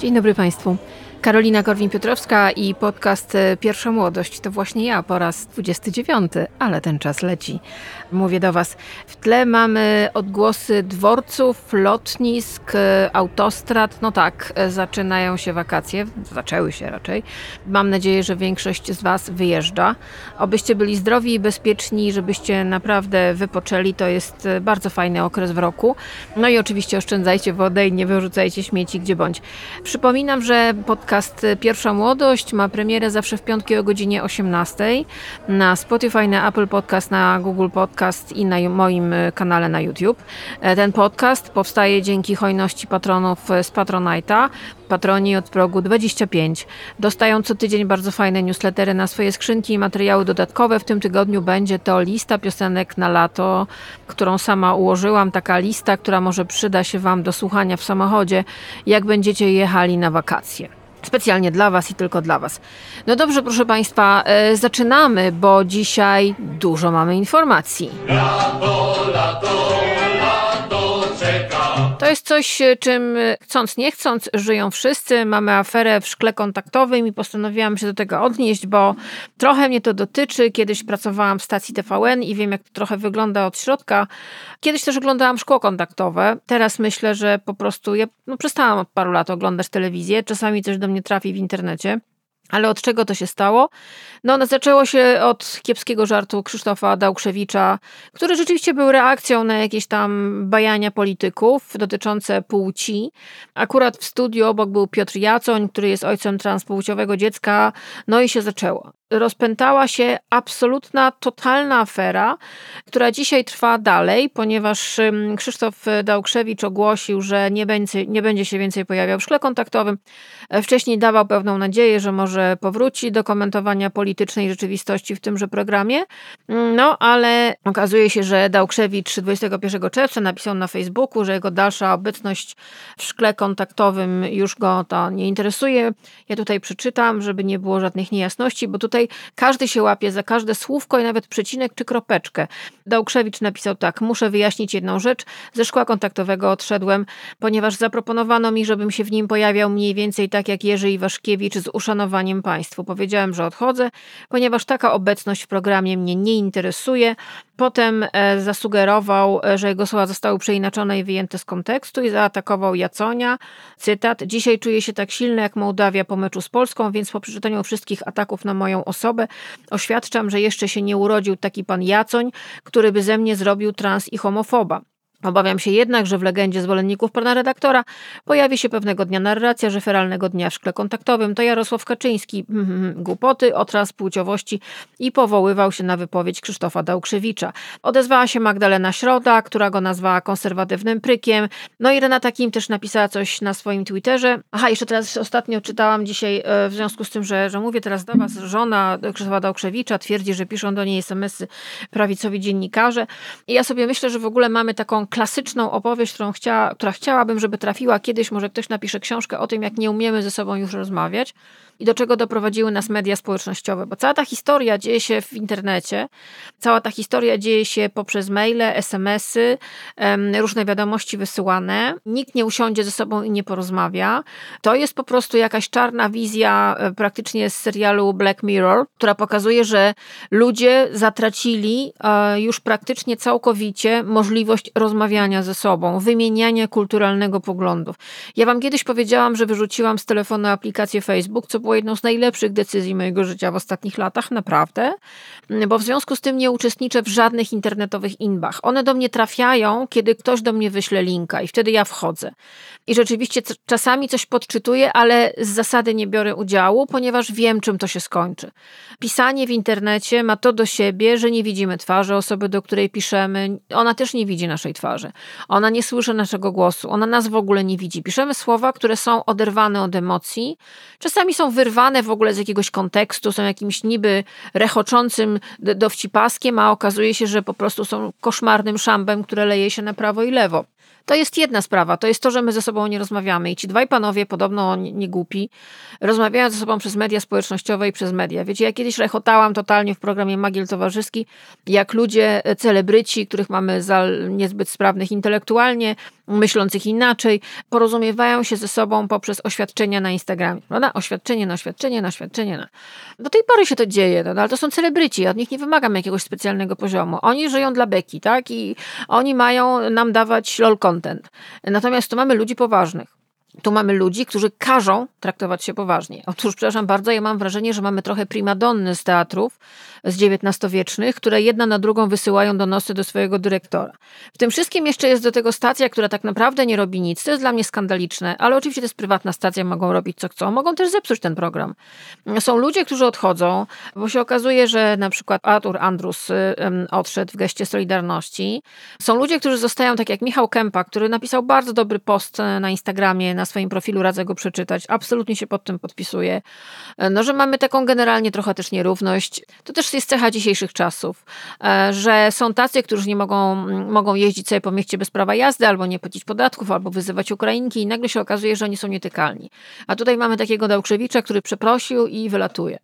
Dzień dobry Państwu. Karolina Korwin-Piotrowska i podcast Pierwsza Młodość. To właśnie ja po raz 29, ale ten czas leci. Mówię do Was. W tle mamy odgłosy dworców, lotnisk, autostrad. No tak, zaczynają się wakacje. Zaczęły się raczej. Mam nadzieję, że większość z Was wyjeżdża. Obyście byli zdrowi i bezpieczni, żebyście naprawdę wypoczęli. To jest bardzo fajny okres w roku. No i oczywiście oszczędzajcie wodę i nie wyrzucajcie śmieci gdzie bądź. Przypominam, że podcast Pierwsza Młodość ma premierę zawsze w piątki o godzinie 18 na Spotify, na Apple Podcast, na Google Podcast i na moim kanale na YouTube. Ten podcast powstaje dzięki hojności patronów z Patronite'a. Patroni od progu 25 dostają co tydzień bardzo fajne newslettery na swoje skrzynki i materiały dodatkowe. W tym tygodniu będzie to lista piosenek na lato, którą sama ułożyłam. Taka lista, która może przyda się Wam do słuchania w samochodzie, jak będziecie jechali na wakacje. Specjalnie dla Was i tylko dla Was. No dobrze, proszę Państwa, zaczynamy, bo dzisiaj dużo mamy informacji. Lato, lato, lato czeka. To jest coś, czym chcąc nie chcąc żyją wszyscy. Mamy aferę w szkle kontaktowym i postanowiłam się do tego odnieść, bo trochę mnie to dotyczy. Kiedyś pracowałam w stacji TVN i wiem, jak to trochę wygląda od środka. Kiedyś też oglądałam szkło kontaktowe. Teraz myślę, że po prostu ja przestałam od paru lat oglądać telewizję. Czasami coś do mnie trafi w internecie. Ale od czego to się stało? No, zaczęło się od kiepskiego żartu Krzysztofa Dałkrzewicza, który rzeczywiście był reakcją na jakieś tam bajania polityków dotyczące płci. Akurat w studiu obok był Piotr Jacoń, który jest ojcem transpłciowego dziecka, no i się zaczęło. Rozpętała się absolutna, totalna afera, która dzisiaj trwa dalej, ponieważ Krzysztof Dałkrzewicz ogłosił, że nie będzie się więcej pojawiał w szkle kontaktowym. Wcześniej dawał pewną nadzieję, że może powróci do komentowania politycznej rzeczywistości w tymże programie. No, ale okazuje się, że Dałkrzewicz 21 czerwca napisał na Facebooku, że jego dalsza obecność w szkle kontaktowym już go to nie interesuje. Ja tutaj przeczytam, żeby nie było żadnych niejasności, bo tutaj każdy się łapie za każde słówko i nawet przecinek czy kropeczkę. Dałkrzewicz napisał tak: muszę wyjaśnić jedną rzecz. Ze szkła kontaktowego odszedłem, ponieważ zaproponowano mi, żebym się w nim pojawiał mniej więcej tak jak Jerzy Iwaszkiewicz z uszanowaniem państwu. Powiedziałem, że odchodzę, ponieważ taka obecność w programie mnie nie interesuje. Potem zasugerował, że jego słowa zostały przeinaczone i wyjęte z kontekstu i zaatakował Jaconia. Cytat: dzisiaj czuję się tak silny jak Mołdawia po meczu z Polską, więc po przeczytaniu wszystkich ataków na moją osobę oświadczam, że jeszcze się nie urodził taki pan Jacoń, który by ze mnie zrobił trans i homofoba. Obawiam się jednak, że w legendzie zwolenników pana redaktora pojawi się pewnego dnia narracja, że feralnego dnia w szkle kontaktowym to Jarosław Kaczyński głupoty o transpłciowości i powoływał się na wypowiedź Krzysztofa Dałkrzewicza. Odezwała się Magdalena Środa, która go nazwała konserwatywnym prykiem. No i Renata Kim też napisała coś na swoim Twitterze. Aha, jeszcze teraz ostatnio czytałam dzisiaj w związku z tym, że mówię teraz do Was, żona Krzysztofa Dałkrzewicza twierdzi, że piszą do niej SMS-y prawicowi dziennikarze. I ja sobie myślę, że w ogóle mamy taką klasyczną opowieść, która chciałabym, żeby trafiła kiedyś. Może ktoś napisze książkę o tym, jak nie umiemy ze sobą już rozmawiać i do czego doprowadziły nas media społecznościowe. Bo cała ta historia dzieje się w internecie, cała ta historia dzieje się poprzez maile, SMS-y, różne wiadomości wysyłane. Nikt nie usiądzie ze sobą i nie porozmawia. To jest po prostu jakaś czarna wizja praktycznie z serialu Black Mirror, która pokazuje, że ludzie zatracili już praktycznie całkowicie możliwość rozmawiania ze sobą, wymieniania kulturalnego poglądów. Ja Wam kiedyś powiedziałam, że wyrzuciłam z telefonu aplikację Facebook, co było jedną z najlepszych decyzji mojego życia w ostatnich latach, naprawdę, bo w związku z tym nie uczestniczę w żadnych internetowych inbach. One do mnie trafiają, kiedy ktoś do mnie wyśle linka i wtedy ja wchodzę. I rzeczywiście czasami coś podczytuję, ale z zasady nie biorę udziału, ponieważ wiem, czym to się skończy. Pisanie w internecie ma to do siebie, że nie widzimy twarzy osoby, do której piszemy. Ona też nie widzi naszej twarzy. Ona nie słyszy naszego głosu. Ona nas w ogóle nie widzi. Piszemy słowa, które są oderwane od emocji. Czasami są wyrwane w ogóle z jakiegoś kontekstu, są jakimś niby rechoczącym dowcipaskiem, a okazuje się, że po prostu są koszmarnym szambem, które leje się na prawo i lewo. To jest jedna sprawa, to jest to, że my ze sobą nie rozmawiamy i ci dwaj panowie, podobno nie głupi, rozmawiają ze sobą przez media społecznościowe i przez media. Wiecie, ja kiedyś rechotałam totalnie w programie Magiel Towarzyski, jak ludzie, celebryci, których mamy za niezbyt sprawnych intelektualnie, myślących inaczej, porozumiewają się ze sobą poprzez oświadczenia na Instagramie. Prawda? Oświadczenie na oświadczenie, na oświadczenie. Do tej pory się to dzieje, no, ale to są celebryci, od nich nie wymagam jakiegoś specjalnego poziomu. Oni żyją dla beki, tak? I oni mają nam dawać lol content. Natomiast tu mamy ludzi poważnych. Tu mamy ludzi, którzy każą traktować się poważnie. Otóż, przepraszam bardzo, ja mam wrażenie, że mamy trochę primadonny z teatrów z XIX-wiecznych, które jedna na drugą wysyłają donosy do swojego dyrektora. W tym wszystkim jeszcze jest do tego stacja, która tak naprawdę nie robi nic. To jest dla mnie skandaliczne, ale oczywiście to jest prywatna stacja, mogą robić co chcą. Mogą też zepsuć ten program. Są ludzie, którzy odchodzą, bo się okazuje, że na przykład Artur Andrus odszedł w geście Solidarności. Są ludzie, którzy zostają, tak jak Michał Kępa, który napisał bardzo dobry post na Instagramie, na swoim profilu, radzę go przeczytać. Absolutnie się pod tym podpisuję. No, że mamy taką generalnie trochę też nierówność. To też jest cecha dzisiejszych czasów, że są tacy, którzy nie mogą jeździć sobie po mieście bez prawa jazdy, albo nie płacić podatków, albo wyzywać Ukrainki i nagle się okazuje, że oni są nietykalni. A tutaj mamy takiego Dałkrzewicza, który przeprosił i wylatuje.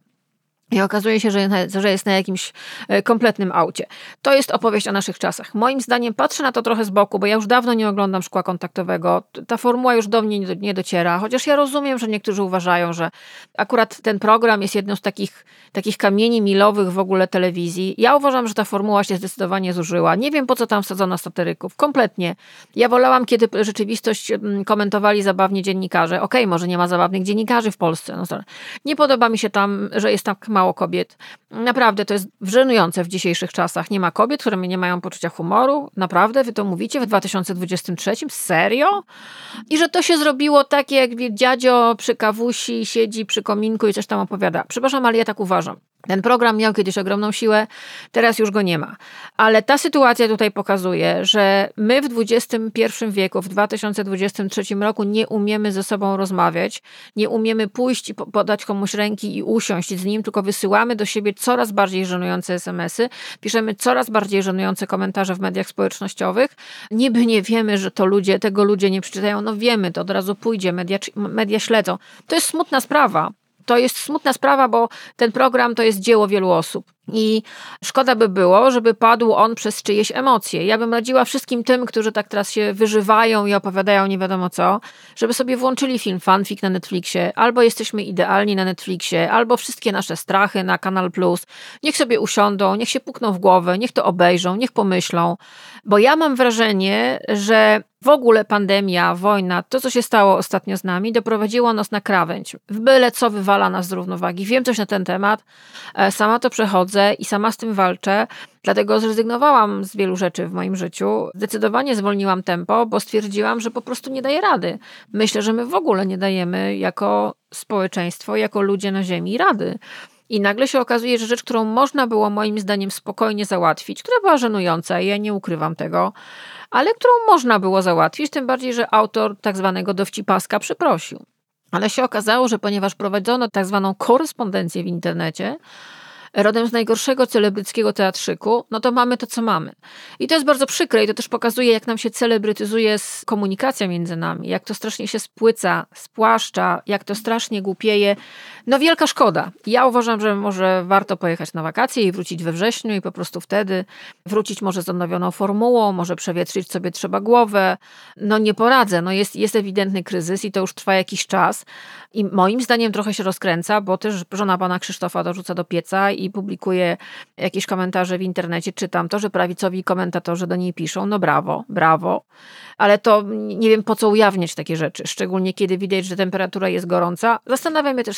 I okazuje się, że jest na jakimś kompletnym aucie. To jest opowieść o naszych czasach. Moim zdaniem patrzę na to trochę z boku, bo ja już dawno nie oglądam Szkła Kontaktowego. Ta formuła już do mnie nie dociera, chociaż ja rozumiem, że niektórzy uważają, że akurat ten program jest jedną z takich kamieni milowych w ogóle telewizji. Ja uważam, że ta formuła się zdecydowanie zużyła. Nie wiem, po co tam wsadzono satyryków. Kompletnie. Ja wolałam, kiedy rzeczywistość komentowali zabawnie dziennikarze. Okej, może nie ma zabawnych dziennikarzy w Polsce. No, nie podoba mi się tam, że jest tak mało kobiet. Naprawdę, to jest żenujące w dzisiejszych czasach. Nie ma kobiet, które nie mają poczucia humoru. Naprawdę, wy to mówicie w 2023? Serio? I że to się zrobiło takie, jak dziadzio przy kawusi siedzi przy kominku i coś tam opowiada. Przepraszam, ale ja tak uważam. Ten program miał kiedyś ogromną siłę, teraz już go nie ma. Ale ta sytuacja tutaj pokazuje, że my w XXI wieku, w 2023 roku nie umiemy ze sobą rozmawiać, nie umiemy pójść i podać komuś ręki i usiąść z nim, tylko wysyłamy do siebie coraz bardziej żenujące SMS-y, piszemy coraz bardziej żenujące komentarze w mediach społecznościowych. Niby nie wiemy, że tego ludzie nie przeczytają. No wiemy, to od razu pójdzie, media śledzą. To jest smutna sprawa. To jest smutna sprawa, bo ten program to jest dzieło wielu osób. I szkoda by było, żeby padł on przez czyjeś emocje. Ja bym radziła wszystkim tym, którzy tak teraz się wyżywają i opowiadają nie wiadomo co, żeby sobie włączyli film Fanfic na Netflixie, albo Jesteśmy idealni na Netflixie, albo Wszystkie nasze strachy na Kanal Plus. Niech sobie usiądą, niech się pukną w głowę, niech to obejrzą, niech pomyślą. Bo ja mam wrażenie, że w ogóle pandemia, wojna, to co się stało ostatnio z nami, doprowadziło nas na krawędź. W byle co wywala nas z równowagi. Wiem coś na ten temat, sama to przechodzę i sama z tym walczę, dlatego zrezygnowałam z wielu rzeczy w moim życiu. Zdecydowanie zwolniłam tempo, bo stwierdziłam, że po prostu nie daję rady. Myślę, że my w ogóle nie dajemy jako społeczeństwo, jako ludzie na ziemi rady. I nagle się okazuje, że rzecz, którą można było moim zdaniem spokojnie załatwić, która była żenująca, ja nie ukrywam tego, ale którą można było załatwić, tym bardziej, że autor tak zwanego dowcipaska przeprosił. Ale się okazało, że ponieważ prowadzono tak zwaną korespondencję w internecie, rodem z najgorszego celebryckiego teatrzyku, no to mamy to, co mamy. I to jest bardzo przykre i to też pokazuje, jak nam się celebrytyzuje komunikacja między nami, jak to strasznie się spłyca, spłaszcza, jak to strasznie głupieje. No wielka szkoda. Ja uważam, że może warto pojechać na wakacje i wrócić we wrześniu i po prostu wtedy wrócić może z odnowioną formułą, może przewietrzyć sobie trzeba głowę. No nie poradzę, no jest ewidentny kryzys i to już trwa jakiś czas i moim zdaniem trochę się rozkręca, bo też żona pana Krzysztofa dorzuca do pieca i publikuje jakieś komentarze w internecie, czytam to, że prawicowi komentatorzy do niej piszą, no brawo, brawo, ale to nie wiem po co ujawniać takie rzeczy, szczególnie kiedy widać, że temperatura jest gorąca. Zastanawiam się też,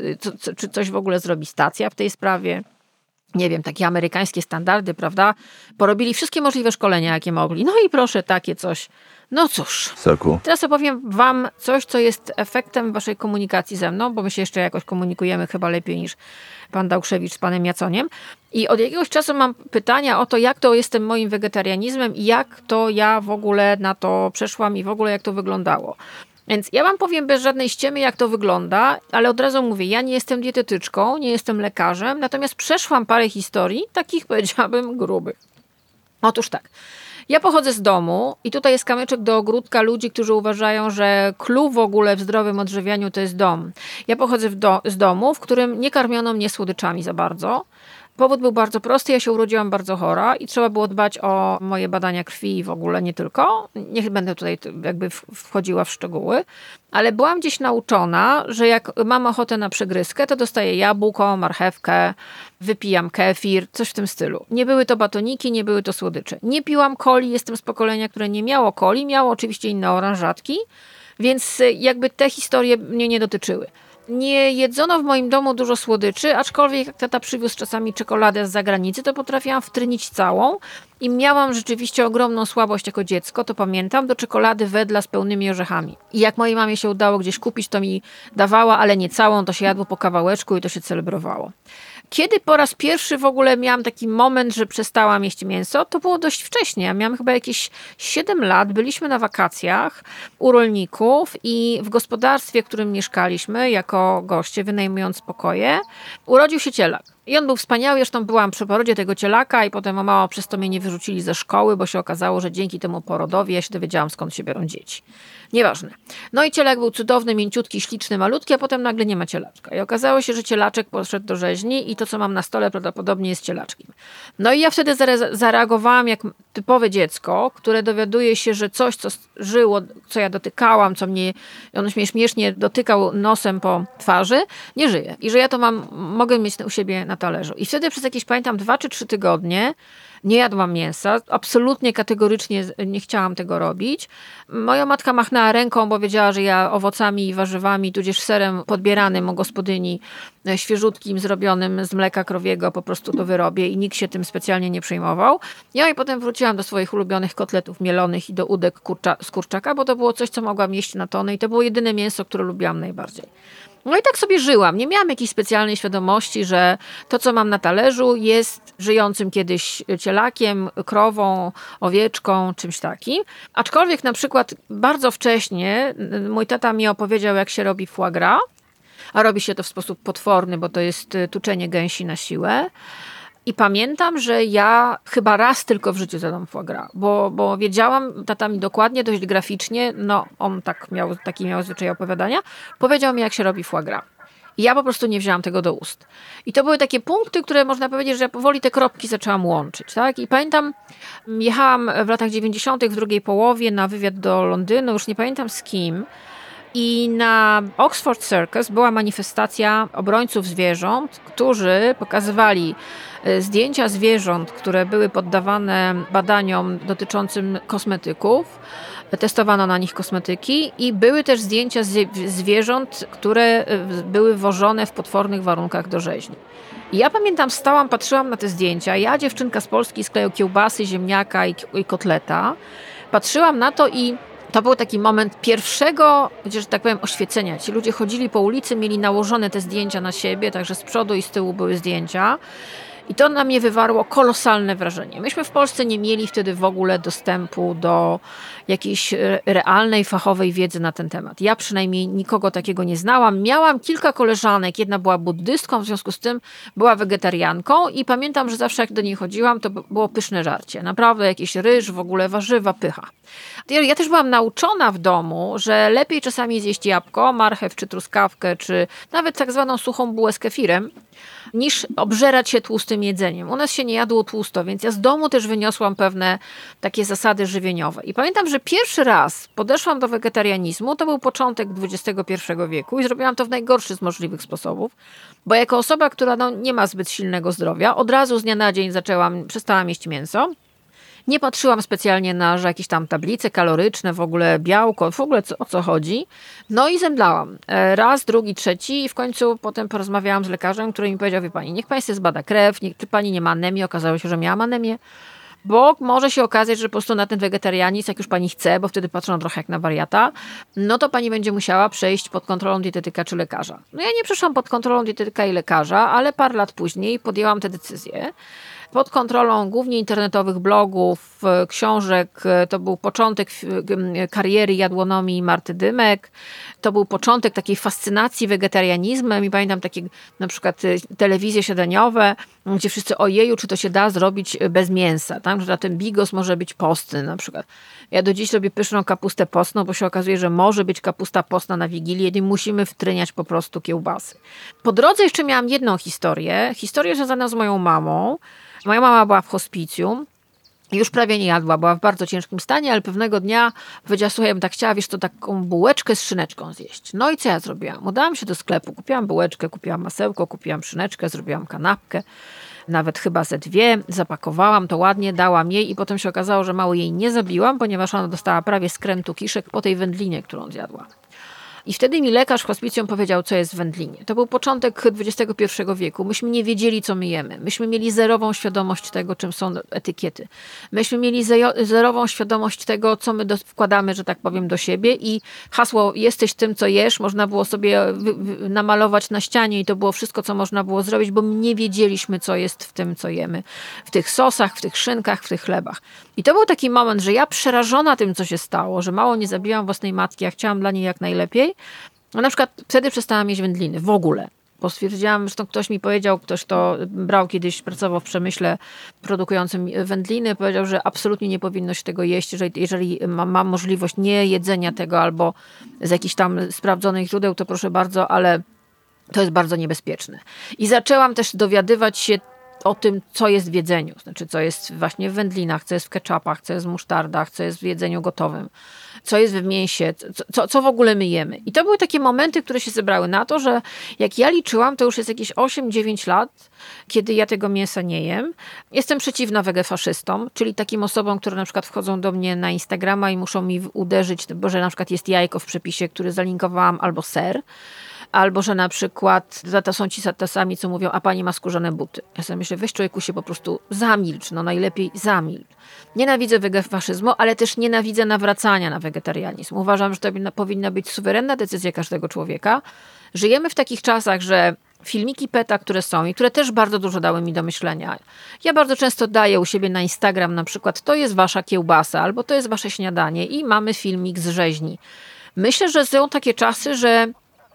czy coś w ogóle zrobi stacja w tej sprawie. Nie wiem, takie amerykańskie standardy, prawda? Porobili wszystkie możliwe szkolenia, jakie mogli. No i proszę, takie coś. No cóż. Soku. Teraz opowiem wam coś, co jest efektem waszej komunikacji ze mną, bo my się jeszcze jakoś komunikujemy chyba lepiej niż pan Dałkrzewicz z panem Jaconiem. I od jakiegoś czasu mam pytania o to, jak to jest tym moim wegetarianizmem i jak to ja w ogóle na to przeszłam i w ogóle jak to wyglądało. Więc ja wam powiem bez żadnej ściemy, jak to wygląda, ale od razu mówię, ja nie jestem dietetyczką, nie jestem lekarzem, natomiast przeszłam parę historii, takich powiedziałabym grubych. Otóż tak, Ja pochodzę z domu i tutaj jest kamyczek do ogródka ludzi, którzy uważają, że clue w ogóle w zdrowym odżywianiu to jest dom. Ja pochodzę z domu, w którym nie karmiono mnie słodyczami za bardzo. Powód był bardzo prosty, ja się urodziłam bardzo chora i trzeba było dbać o moje badania krwi i w ogóle nie tylko. Nie będę tutaj jakby wchodziła w szczegóły, ale byłam gdzieś nauczona, że jak mam ochotę na przegryzkę, to dostaję jabłko, marchewkę, wypijam kefir, coś w tym stylu. Nie były to batoniki, nie były to słodycze. Nie piłam coli, jestem z pokolenia, które nie miało coli, miało oczywiście inne oranżatki, więc jakby te historie mnie nie dotyczyły. Nie jedzono w moim domu dużo słodyczy, aczkolwiek jak tata przywiózł czasami czekoladę z zagranicy, to potrafiłam wtrynić całą i miałam rzeczywiście ogromną słabość jako dziecko, to pamiętam, do czekolady wedla z pełnymi orzechami. I jak mojej mamie się udało gdzieś kupić, to mi dawała, ale nie całą, to się jadło po kawałeczku i to się celebrowało. Kiedy po raz pierwszy w ogóle miałam taki moment, że przestałam jeść mięso, to było dość wcześnie. Ja miałam chyba jakieś 7 lat. Byliśmy na wakacjach u rolników i w gospodarstwie, w którym mieszkaliśmy jako goście, wynajmując pokoje, urodził się cielak. I on był wspaniały, zresztą byłam przy porodzie tego cielaka i potem o mało przez to mnie nie wyrzucili ze szkoły, bo się okazało, że dzięki temu porodowi ja się dowiedziałam, skąd się biorą dzieci. Nieważne. No i cielak był cudowny, mięciutki, śliczny, malutki, a potem nagle nie ma cielaczka. I okazało się, że cielaczek poszedł do rzeźni i to, co mam na stole, prawdopodobnie jest cielaczkiem. No i ja wtedy zareagowałam jak typowe dziecko, które dowiaduje się, że coś, co żyło, co ja dotykałam, on mnie śmiesznie dotykał nosem po twarzy, nie żyje. I że ja to mogę mieć u siebie na talerzu. I wtedy przez jakieś, pamiętam, 2 czy 3 tygodnie nie jadłam mięsa. Absolutnie, kategorycznie nie chciałam tego robić. Moja matka machnęła ręką, bo wiedziała, że ja owocami i warzywami, tudzież serem podbieranym u gospodyni, świeżutkim, zrobionym z mleka krowiego, po prostu to wyrobię i nikt się tym specjalnie nie przejmował. Ja i potem wróciłam do swoich ulubionych kotletów mielonych i do udek z kurczaka, bo to było coś, co mogłam jeść na tony i to było jedyne mięso, które lubiłam najbardziej. No i tak sobie żyłam. Nie miałam jakiejś specjalnej świadomości, że to, co mam na talerzu, jest żyjącym kiedyś cielakiem, krową, owieczką, czymś takim. Aczkolwiek na przykład bardzo wcześnie mój tata mi opowiedział, jak się robi foie gras, a robi się to w sposób potworny, bo to jest tuczenie gęsi na siłę. I pamiętam, że ja chyba raz tylko w życiu zjadłam foie gras, bo wiedziałam, tata mi dokładnie, dość graficznie, no on taki miał zwyczaj opowiadania, powiedział mi, jak się robi foie gras. I ja po prostu nie wzięłam tego do ust. I to były takie punkty, które można powiedzieć, że ja powoli te kropki zaczęłam łączyć. Tak? I pamiętam, jechałam w latach 90. w drugiej połowie na wywiad do Londynu, już nie pamiętam z kim, i na Oxford Circus była manifestacja obrońców zwierząt, którzy pokazywali zdjęcia zwierząt, które były poddawane badaniom dotyczącym kosmetyków. Testowano na nich kosmetyki i były też zdjęcia zwierząt, które były wożone w potwornych warunkach do rzeźni. I ja pamiętam, stałam, patrzyłam na te zdjęcia. Ja, dziewczynka z Polski, z kraju kiełbasy, ziemniaka i kotleta, patrzyłam na to i to był taki moment pierwszego, że tak powiem, oświecenia. Ci ludzie chodzili po ulicy, mieli nałożone te zdjęcia na siebie, także z przodu i z tyłu były zdjęcia. I to na mnie wywarło kolosalne wrażenie. Myśmy w Polsce nie mieli wtedy w ogóle dostępu do jakiejś realnej, fachowej wiedzy na ten temat. Ja przynajmniej nikogo takiego nie znałam. Miałam kilka koleżanek, jedna była buddystką, w związku z tym była wegetarianką i pamiętam, że zawsze jak do niej chodziłam, to było pyszne żarcie. Naprawdę jakiś ryż, w ogóle warzywa, pycha. Ja też byłam nauczona w domu, że lepiej czasami zjeść jabłko, marchew czy truskawkę, czy nawet tak zwaną suchą bułę z kefirem, niż obżerać się tłustym jedzeniem. U nas się nie jadło tłusto, więc ja z domu też wyniosłam pewne takie zasady żywieniowe. I pamiętam, że pierwszy raz podeszłam do wegetarianizmu, to był początek XXI wieku i zrobiłam to w najgorszy z możliwych sposobów, bo jako osoba, która nie ma zbyt silnego zdrowia, od razu z dnia na dzień przestałam jeść mięso. Nie patrzyłam specjalnie na jakieś tam tablice kaloryczne, w ogóle białko, w ogóle o co chodzi. No i zemdlałam. Raz, drugi, trzeci i w końcu potem porozmawiałam z lekarzem, który mi powiedział, wie pani, niech pani sobie zbada krew, czy pani nie ma anemii. Okazało się, że miałam anemię, bo może się okazać, że po prostu na ten wegetarianizm, jak już pani chce, bo wtedy patrzą trochę jak na wariata, no to pani będzie musiała przejść pod kontrolą dietetyka czy lekarza. No ja nie przeszłam pod kontrolą dietetyka i lekarza, ale parę lat później podjęłam tę decyzję. Pod kontrolą głównie internetowych blogów, książek. To był początek kariery jadłonomii Marty Dymek. To był początek takiej fascynacji wegetarianizmem i pamiętam takie na przykład telewizje śniadaniowe, gdzie wszyscy ojeju, czy to się da zrobić bez mięsa, tak? Że ten bigos może być postny na przykład. Ja do dziś robię pyszną kapustę postną, bo się okazuje, że może być kapusta postna na Wigilię i musimy wtryniać po prostu kiełbasy. Po drodze jeszcze miałam jedną historię związaną z moją mamą. Moja mama była w hospicjum. Już prawie nie jadła, była w bardzo ciężkim stanie, ale pewnego dnia powiedziała, słuchaj, ja bym tak chciała, wiesz, to taką bułeczkę z szyneczką zjeść. No i co ja zrobiłam? Udałam się do sklepu, kupiłam bułeczkę, kupiłam masełko, kupiłam szyneczkę, zrobiłam kanapkę, nawet chyba ze 2, zapakowałam to ładnie, dałam jej i potem się okazało, że mało jej nie zabiłam, ponieważ ona dostała prawie skrętu kiszek po tej wędlinie, którą zjadła. I wtedy mi lekarz w hospicjum powiedział, co jest w wędlinie. To był początek XXI wieku. Myśmy nie wiedzieli, co my jemy. Myśmy mieli zerową świadomość tego, czym są etykiety. Myśmy mieli zerową świadomość tego, co my wkładamy, że tak powiem, do siebie i hasło jesteś tym, co jesz, można było sobie namalować na ścianie i to było wszystko, co można było zrobić, bo my nie wiedzieliśmy, co jest w tym, co jemy. W tych sosach, w tych szynkach, w tych chlebach. I to był taki moment, że ja przerażona tym, co się stało, że mało nie zabiłam własnej matki, a chciałam dla niej jak najlepiej. No na przykład wtedy przestałam jeść wędliny w ogóle, bo stwierdziłam, że to ktoś mi powiedział, ktoś to brał kiedyś, pracował w przemyśle produkującym wędliny, powiedział, że absolutnie nie powinno się tego jeść, jeżeli mam możliwość nie jedzenia tego albo z jakichś tam sprawdzonych źródeł, to proszę bardzo, ale to jest bardzo niebezpieczne. I zaczęłam też dowiadywać się o tym, co jest w jedzeniu, znaczy co jest właśnie w wędlinach, co jest w ketchupach, co jest w musztardach, co jest w jedzeniu gotowym, co jest w mięsie, co w ogóle my jemy. I to były takie momenty, które się zebrały na to, że jak ja liczyłam, to już jest jakieś 8-9 lat, kiedy ja tego mięsa nie jem. Jestem przeciwna wegefaszystom, czyli takim osobom, które na przykład wchodzą do mnie na Instagrama i muszą mi uderzyć, bo że na przykład jest jajko w przepisie, który zalinkowałam, albo ser. Albo, że na przykład to są ci sami, co mówią, a pani ma skórzane buty. Ja sobie myślę, weź człowieku się po prostu zamilcz, no najlepiej zamilcz. Nienawidzę wegefaszyzmu, ale też nienawidzę nawracania na wegetarianizm. Uważam, że to powinna być suwerenna decyzja każdego człowieka. Żyjemy w takich czasach, że filmiki PETA, które są i które też bardzo dużo dały mi do myślenia. Ja bardzo często daję u siebie na Instagram na przykład, to jest wasza kiełbasa, albo to jest wasze śniadanie i mamy filmik z rzeźni. Myślę, że są takie czasy, że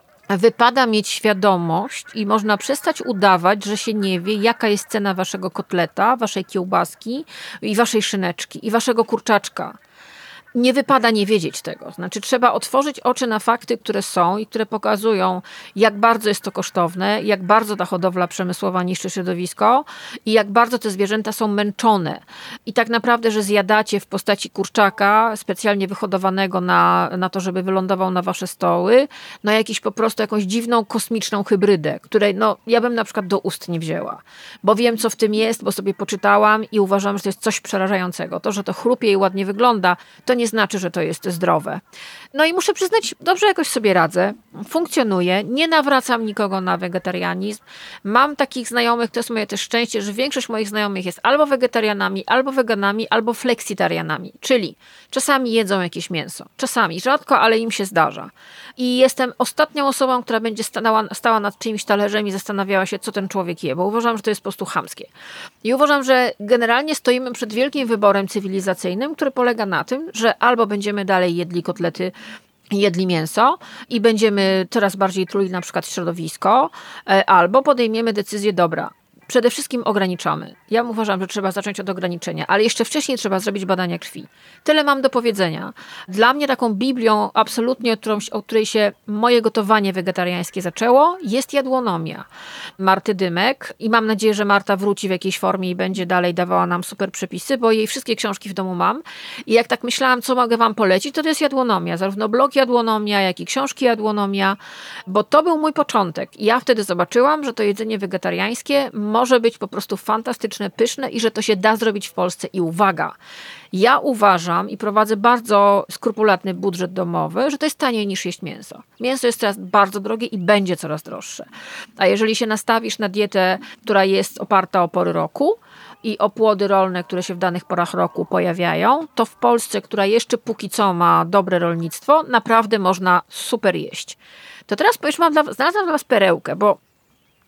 wypada mieć świadomość i można przestać udawać, że się nie wie, jaka jest cena waszego kotleta, waszej kiełbaski i waszej szyneczki i waszego kurczaczka. Nie wypada nie wiedzieć tego. Znaczy trzeba otworzyć oczy na fakty, które są i które pokazują, jak bardzo jest to kosztowne, jak bardzo ta hodowla przemysłowa niszczy środowisko i jak bardzo te zwierzęta są męczone. I tak naprawdę, że zjadacie w postaci kurczaka specjalnie wyhodowanego na to, żeby wylądował na wasze stoły, no jakiś po prostu jakąś dziwną, kosmiczną hybrydę, której no ja bym na przykład do ust nie wzięła. Bo wiem, co w tym jest, bo sobie poczytałam i uważam, że to jest coś przerażającego. To, że to chrupie i ładnie wygląda, to nie znaczy, że to jest zdrowe. No i muszę przyznać, dobrze jakoś sobie radzę, funkcjonuję, nie nawracam nikogo na wegetarianizm. Mam takich znajomych, to jest moje też szczęście, że większość moich znajomych jest albo wegetarianami, albo weganami, albo fleksitarianami, czyli czasami jedzą jakieś mięso, czasami, rzadko, ale im się zdarza. I jestem ostatnią osobą, która będzie stała nad czyimś talerzem i zastanawiała się, co ten człowiek je, bo uważam, że to jest po prostu chamskie. I uważam, że generalnie stoimy przed wielkim wyborem cywilizacyjnym, który polega na tym, że albo będziemy dalej jedli kotlety, jedli mięso i będziemy coraz bardziej truli na przykład środowisko, albo podejmiemy decyzję, dobra, przede wszystkim ograniczamy. Ja uważam, że trzeba zacząć od ograniczenia, ale jeszcze wcześniej trzeba zrobić badania krwi. Tyle mam do powiedzenia. Dla mnie taką Biblią absolutnie, od której się moje gotowanie wegetariańskie zaczęło, jest jadłonomia Marty Dymek i mam nadzieję, że Marta wróci w jakiejś formie i będzie dalej dawała nam super przepisy, bo jej wszystkie książki w domu mam i jak tak myślałam, co mogę wam polecić, to jest jadłonomia. Zarówno blog Jadłonomia, jak i książki Jadłonomia, bo to był mój początek. I ja wtedy zobaczyłam, że to jedzenie wegetariańskie może być po prostu fantastyczne, pyszne i że to się da zrobić w Polsce. I uwaga, ja uważam i prowadzę bardzo skrupulatny budżet domowy, że to jest taniej niż jeść mięso. Mięso jest teraz bardzo drogie i będzie coraz droższe. A jeżeli się nastawisz na dietę, która jest oparta o pory roku i o płody rolne, które się w danych porach roku pojawiają, to w Polsce, która jeszcze póki co ma dobre rolnictwo, naprawdę można super jeść. To teraz znalazłam dla was perełkę, bo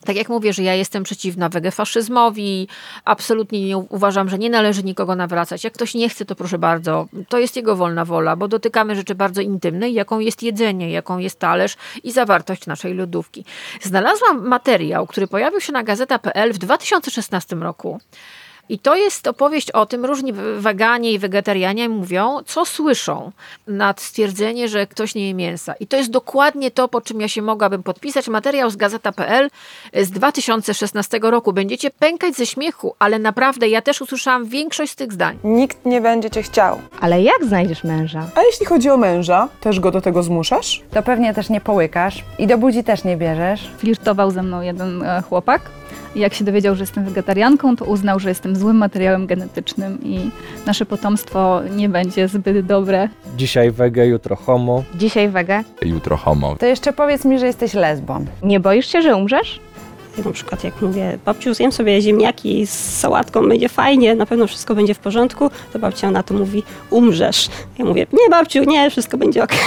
Tak jak mówię, że ja jestem przeciwna wegefaszyzmowi, absolutnie nie uważam, że nie należy nikogo nawracać. Jak ktoś nie chce, to proszę bardzo, to jest jego wolna wola, bo dotykamy rzeczy bardzo intymnej, jaką jest jedzenie, jaką jest talerz i zawartość naszej lodówki. Znalazłam materiał, który pojawił się na gazeta.pl w 2016 roku. I to jest opowieść o tym, różni weganie i wegetarianie mówią, co słyszą nad stwierdzenie, że ktoś nie je mięsa. I to jest dokładnie to, po czym ja się mogłabym podpisać. Materiał z gazeta.pl z 2016 roku. Będziecie pękać ze śmiechu, ale naprawdę ja też usłyszałam większość z tych zdań. Nikt nie będzie cię chciał. Ale jak znajdziesz męża? A jeśli chodzi o męża, też go do tego zmuszasz? To pewnie też nie połykasz i do budzi też nie bierzesz. Flirtował ze mną jeden chłopak. I jak się dowiedział, że jestem wegetarianką, to uznał, że jestem złym materiałem genetycznym i nasze potomstwo nie będzie zbyt dobre. Dzisiaj wege, jutro homo. Dzisiaj wege. Jutro homo. To jeszcze powiedz mi, że jesteś lesbą. Nie boisz się, że umrzesz? Ja na przykład jak mówię, babciu, zjem sobie ziemniaki z sałatką, będzie fajnie, na pewno wszystko będzie w porządku, to babcia na to mówi, umrzesz. Ja mówię, nie babciu, nie, wszystko będzie okej.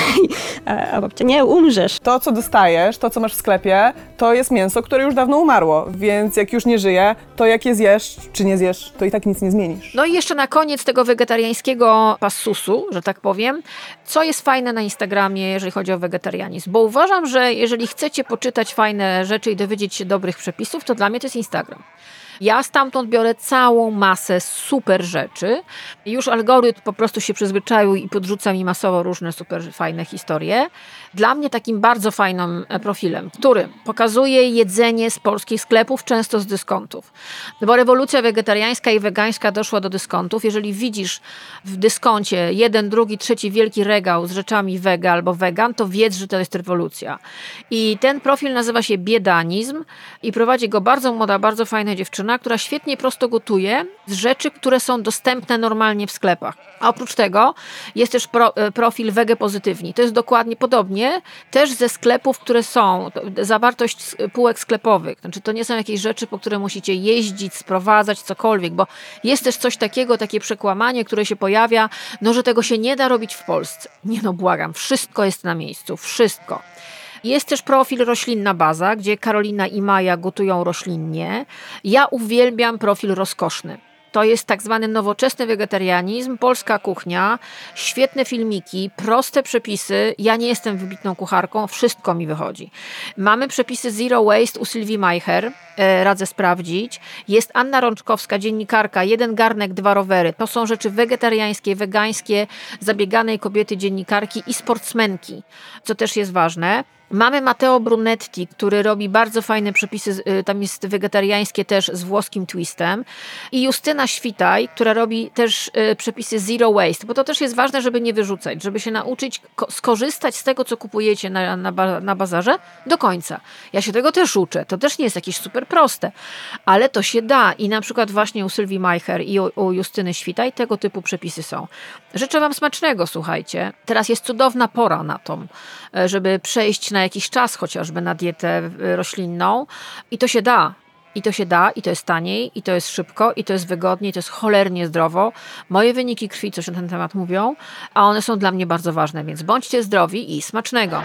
A babcia, nie, umrzesz. To, co dostajesz, to, co masz w sklepie, to jest mięso, które już dawno umarło, więc jak już nie żyje, to jak je zjesz, czy nie zjesz, to i tak nic nie zmienisz. No i jeszcze na koniec tego wegetariańskiego passusu, że tak powiem, co jest fajne na Instagramie, jeżeli chodzi o wegetarianizm. Bo uważam, że jeżeli chcecie poczytać fajne rzeczy i dowiedzieć się dobrych przepisów, to dla mnie to jest Instagram. Ja stamtąd biorę całą masę super rzeczy. Już algorytm po prostu się przyzwyczaił i podrzuca mi masowo różne super fajne historie. Dla mnie takim bardzo fajnym profilem, który pokazuje jedzenie z polskich sklepów, często z dyskontów. Bo rewolucja wegetariańska i wegańska doszła do dyskontów. Jeżeli widzisz w dyskoncie jeden, drugi, trzeci wielki regał z rzeczami wega albo wegan, to wiedz, że to jest rewolucja. I ten profil nazywa się Biedanizm i prowadzi go bardzo młoda, bardzo fajna dziewczyna, która świetnie prosto gotuje z rzeczy, które są dostępne normalnie w sklepach. A oprócz tego jest też profil Wege Pozytywni. To jest dokładnie podobnie, też ze sklepów, które są, zawartość półek sklepowych. Znaczy to nie są jakieś rzeczy, po które musicie jeździć, sprowadzać, cokolwiek, bo jest też coś takiego, takie przekłamanie, które się pojawia, no że tego się nie da robić w Polsce. Nie no, błagam, wszystko jest na miejscu, wszystko. Jest też profil Roślinna Baza, gdzie Karolina i Maja gotują roślinnie. Ja uwielbiam profil Rozkoszny. To jest tak zwany nowoczesny wegetarianizm, polska kuchnia, świetne filmiki, proste przepisy. Ja nie jestem wybitną kucharką, wszystko mi wychodzi. Mamy przepisy Zero Waste u Sylwii Majcher, radzę sprawdzić. Jest Anna Rączkowska, dziennikarka, 1 garnek, 2 rowery. To są rzeczy wegetariańskie, wegańskie, zabieganej kobiety, dziennikarki i sportsmenki, co też jest ważne. Mamy Matteo Brunetti, który robi bardzo fajne przepisy, tam jest wegetariańskie też z włoskim twistem. I Justyna Świtaj, która robi też przepisy Zero Waste, bo to też jest ważne, żeby nie wyrzucać, żeby się nauczyć skorzystać z tego, co kupujecie na bazarze do końca. Ja się tego też uczę, to też nie jest jakieś super proste, ale to się da i na przykład właśnie u Sylwii Majcher i u Justyny Świtaj tego typu przepisy są. Życzę Wam smacznego, słuchajcie. Teraz jest cudowna pora na to, żeby przejść na jakiś czas chociażby na dietę roślinną i to się da. I to się da, i to jest taniej, i to jest szybko, i to jest wygodnie, i to jest cholernie zdrowo. Moje wyniki krwi coś na ten temat mówią, a one są dla mnie bardzo ważne, więc bądźcie zdrowi i smacznego.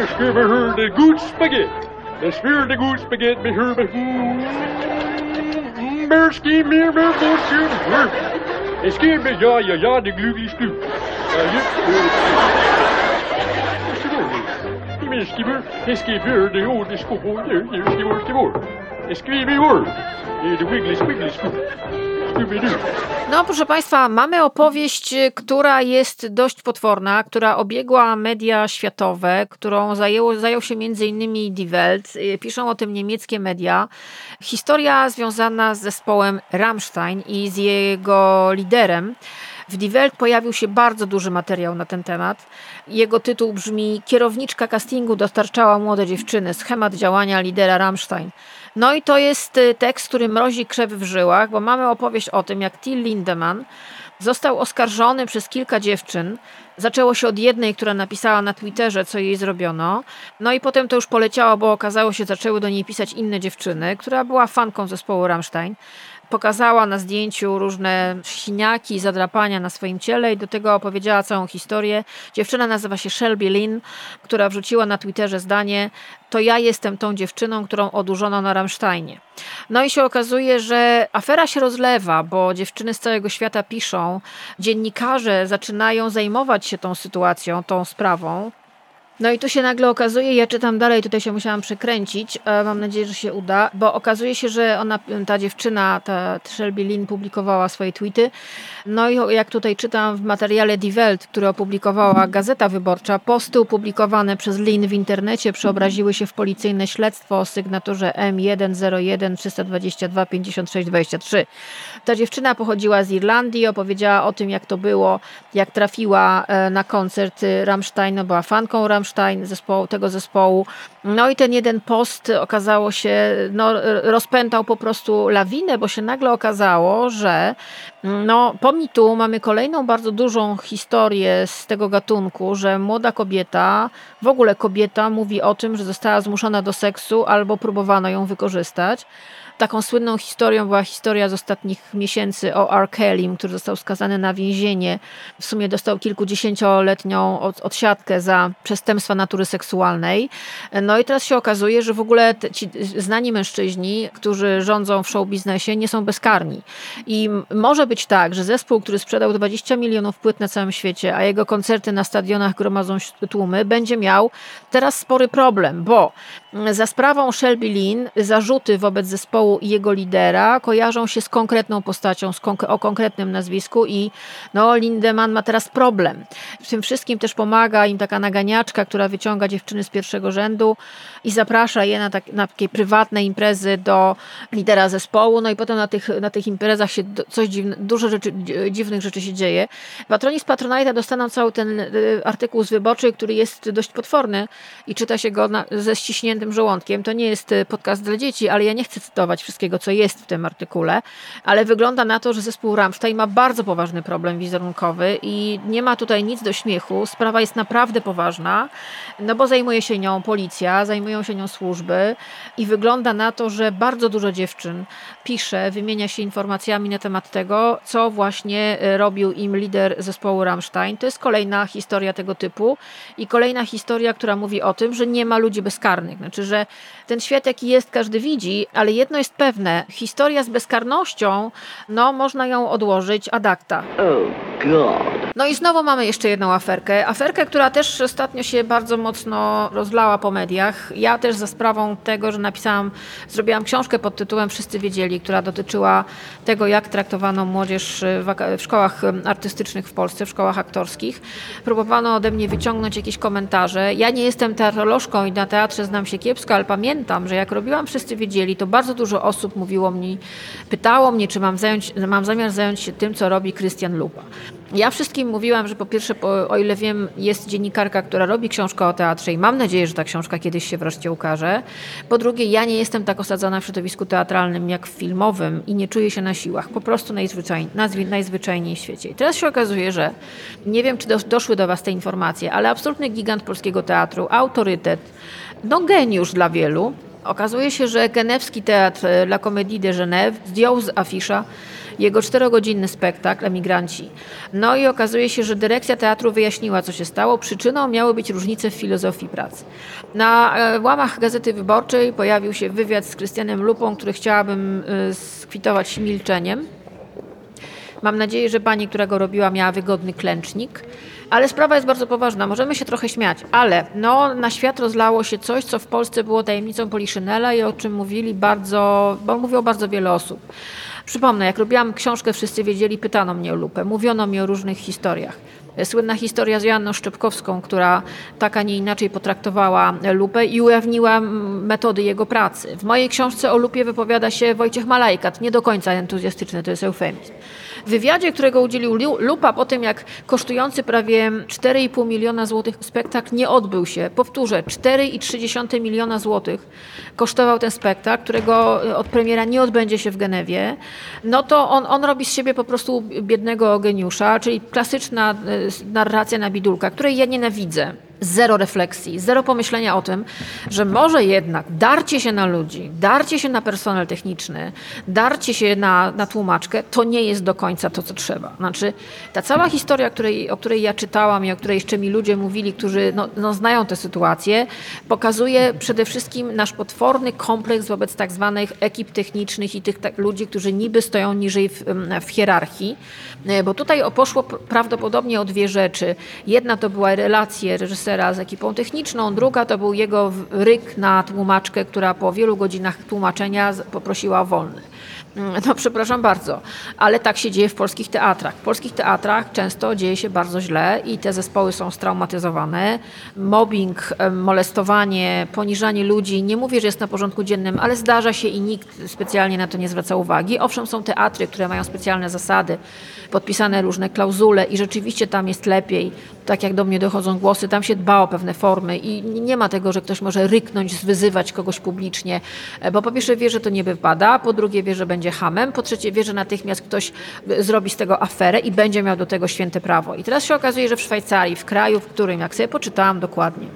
No, proszę Państwa, mamy opowieść, która jest dość potworna, która obiegła media światowe, którą zajął się m.in. Die Welt. Piszą o tym niemieckie media. Historia związana z zespołem Rammstein i z jego liderem. W Die Welt pojawił się bardzo duży materiał na ten temat. Jego tytuł brzmi: Kierowniczka castingu dostarczała młode dziewczyny. Schemat działania lidera Rammstein. No i to jest tekst, który mrozi krew w żyłach, bo mamy opowieść o tym, jak Till Lindemann został oskarżony przez kilka dziewczyn. Zaczęło się od jednej, która napisała na Twitterze, co jej zrobiono. No i potem to już poleciało, bo okazało się, zaczęły do niej pisać inne dziewczyny, która była fanką zespołu Rammstein. pokazała na zdjęciu różne siniaki, zadrapania na swoim ciele i do tego opowiedziała całą historię. Dziewczyna nazywa się Shelby Lynn, która wrzuciła na Twitterze zdanie: to ja jestem tą dziewczyną, którą odurzono na Rammsteinie. No i się okazuje, że afera się rozlewa, bo dziewczyny z całego świata piszą, dziennikarze zaczynają zajmować się tą sytuacją, tą sprawą. No i tu się nagle okazuje, ja czytam dalej, tutaj się musiałam przekręcić, mam nadzieję, że się uda, bo okazuje się, że ta dziewczyna, ta Shelby Lynn publikowała swoje tweety. No i jak tutaj czytam w materiale Die Welt, który opublikowała Gazeta Wyborcza, posty opublikowane przez Lynn w internecie przeobraziły się w policyjne śledztwo o sygnaturze M101 322 56 23. Ta dziewczyna pochodziła z Irlandii, opowiedziała o tym, jak to było, jak trafiła na koncert Rammstein, była fanką Rammstein, tego zespołu. No i ten jeden post okazało się, rozpętał po prostu lawinę, bo się nagle okazało, że po MeToo mamy kolejną bardzo dużą historię z tego gatunku, że młoda kobieta, w ogóle kobieta mówi o tym, że została zmuszona do seksu albo próbowano ją wykorzystać. Taką słynną historią była historia z ostatnich miesięcy o R. Kellym, który został skazany na więzienie. W sumie dostał kilkudziesięcioletnią odsiadkę za przestępstwa natury seksualnej. No i teraz się okazuje, że w ogóle ci znani mężczyźni, którzy rządzą w show biznesie, nie są bezkarni. I może być tak, że zespół, który sprzedał 20 milionów płyt na całym świecie, a jego koncerty na stadionach gromadzą tłumy, będzie miał teraz spory problem, bo za sprawą Shelby Lynn zarzuty wobec zespołu i jego lidera kojarzą się z konkretną postacią, o konkretnym nazwisku i Lindemann ma teraz problem. W tym wszystkim też pomaga im taka naganiaczka, która wyciąga dziewczyny z pierwszego rzędu i zaprasza je na takie prywatne imprezy do lidera zespołu, no i potem na tych imprezach się dużo dziwnych rzeczy się dzieje. Patroni z Patronite'a dostaną cały ten artykuł z Wyborczej, który jest dość potworny i czyta się go ze ściśniętym żołądkiem. To nie jest podcast dla dzieci, ale ja nie chcę cytować wszystkiego, co jest w tym artykule, ale wygląda na to, że zespół Rammstein ma bardzo poważny problem wizerunkowy i nie ma tutaj nic do śmiechu. Sprawa jest naprawdę poważna, bo zajmuje się nią policja, zajmują się nią służby i wygląda na to, że bardzo dużo dziewczyn pisze, wymienia się informacjami na temat tego, co właśnie robił im lider zespołu Rammstein. To jest kolejna historia tego typu i kolejna historia, która mówi o tym, że nie ma ludzi bezkarnych. Znaczy, że ten świat jaki jest, każdy widzi, ale jedno jest pewne. Historia z bezkarnością, można ją odłożyć ad acta. No i znowu mamy jeszcze jedną aferkę. Aferkę, która też ostatnio się bardzo mocno rozlała po mediach. Ja też za sprawą tego, że zrobiłam książkę pod tytułem Wszyscy wiedzieli, która dotyczyła tego, jak traktowano młodzież w szkołach artystycznych w Polsce, w szkołach aktorskich. Próbowano ode mnie wyciągnąć jakieś komentarze. Ja nie jestem teatrolożką i na teatrze znam się kiepsko, ale pamiętam, że jak robiłam Wszyscy wiedzieli, to bardzo dużo osób pytało mnie, czy mam zamiar zająć się tym, co robi Krystian Lupa. Ja wszystkim mówiłam, że po pierwsze, o ile wiem, jest dziennikarka, która robi książkę o teatrze i mam nadzieję, że ta książka kiedyś się wreszcie ukaże. Po drugie, ja nie jestem tak osadzona w środowisku teatralnym jak filmowym i nie czuję się na siłach. Po prostu najzwyczajniej w świecie. I teraz się okazuje, że nie wiem, czy doszły do Was te informacje, ale absolutny gigant polskiego teatru, autorytet, geniusz dla wielu. Okazuje się, że genewski teatr La Comédie de Genève zdjął z afisza jego 4-godzinny spektakl Emigranci. No i okazuje się, że dyrekcja teatru wyjaśniła, co się stało. Przyczyną miały być różnice w filozofii pracy. Na łamach Gazety Wyborczej pojawił się wywiad z Krystianem Lupą, który chciałabym skwitować milczeniem. Mam nadzieję, że pani, która go robiła, miała wygodny klęcznik. Ale sprawa jest bardzo poważna. Możemy się trochę śmiać, ale na świat rozlało się coś, co w Polsce było tajemnicą Poliszynela i o czym mówiło bardzo wiele osób. Przypomnę, jak robiłam książkę Wszyscy wiedzieli, pytano mnie o Lupę, mówiono mi o różnych historiach. Słynna historia z Joanną Szczepkowską, która tak, a nie inaczej potraktowała Lupę i ujawniła metody jego pracy. W mojej książce o Lupie wypowiada się Wojciech Malajkat, nie do końca entuzjastyczny, to jest eufemizm. W wywiadzie, którego udzielił Lupa po tym, jak kosztujący prawie 4,5 miliona złotych spektakl nie odbył się, powtórzę, 4,3 miliona złotych kosztował ten spektakl, którego od premiera nie odbędzie się w Genewie, to on robi z siebie po prostu biednego geniusza, czyli klasyczna narracja na bidulka, której ja nienawidzę. Zero refleksji, zero pomyślenia o tym, że może jednak darcie się na ludzi, darcie się na personel techniczny, darcie się na tłumaczkę, to nie jest do końca to, co trzeba. Znaczy, ta cała historia, o której ja czytałam i o której jeszcze mi ludzie mówili, którzy znają tę sytuację, pokazuje przede wszystkim nasz potworny kompleks wobec tak zwanych ekip technicznych i tych ludzi, którzy niby stoją niżej w hierarchii, bo tutaj poszło prawdopodobnie o dwie rzeczy. Jedna to była relacje reżysera z ekipą techniczną, druga to był jego ryk na tłumaczkę, która po wielu godzinach tłumaczenia poprosiła o wolny. No przepraszam bardzo, ale tak się dzieje w polskich teatrach. W polskich teatrach często dzieje się bardzo źle i te zespoły są straumatyzowane. Mobbing, molestowanie, poniżanie ludzi, nie mówię, że jest na porządku dziennym, ale zdarza się i nikt specjalnie na to nie zwraca uwagi. Owszem, są teatry, które mają specjalne zasady, podpisane różne klauzule i rzeczywiście tam jest lepiej. Tak jak do mnie dochodzą głosy, tam się dba o pewne formy i nie ma tego, że ktoś może ryknąć, zwyzywać kogoś publicznie, bo po pierwsze wie, że to nie wypada, po drugie wie, że będzie chamem, po trzecie wie, że natychmiast ktoś zrobi z tego aferę i będzie miał do tego święte prawo. I teraz się okazuje, że w Szwajcarii, w kraju, w którym, jak sobie poczytałam dokładnie,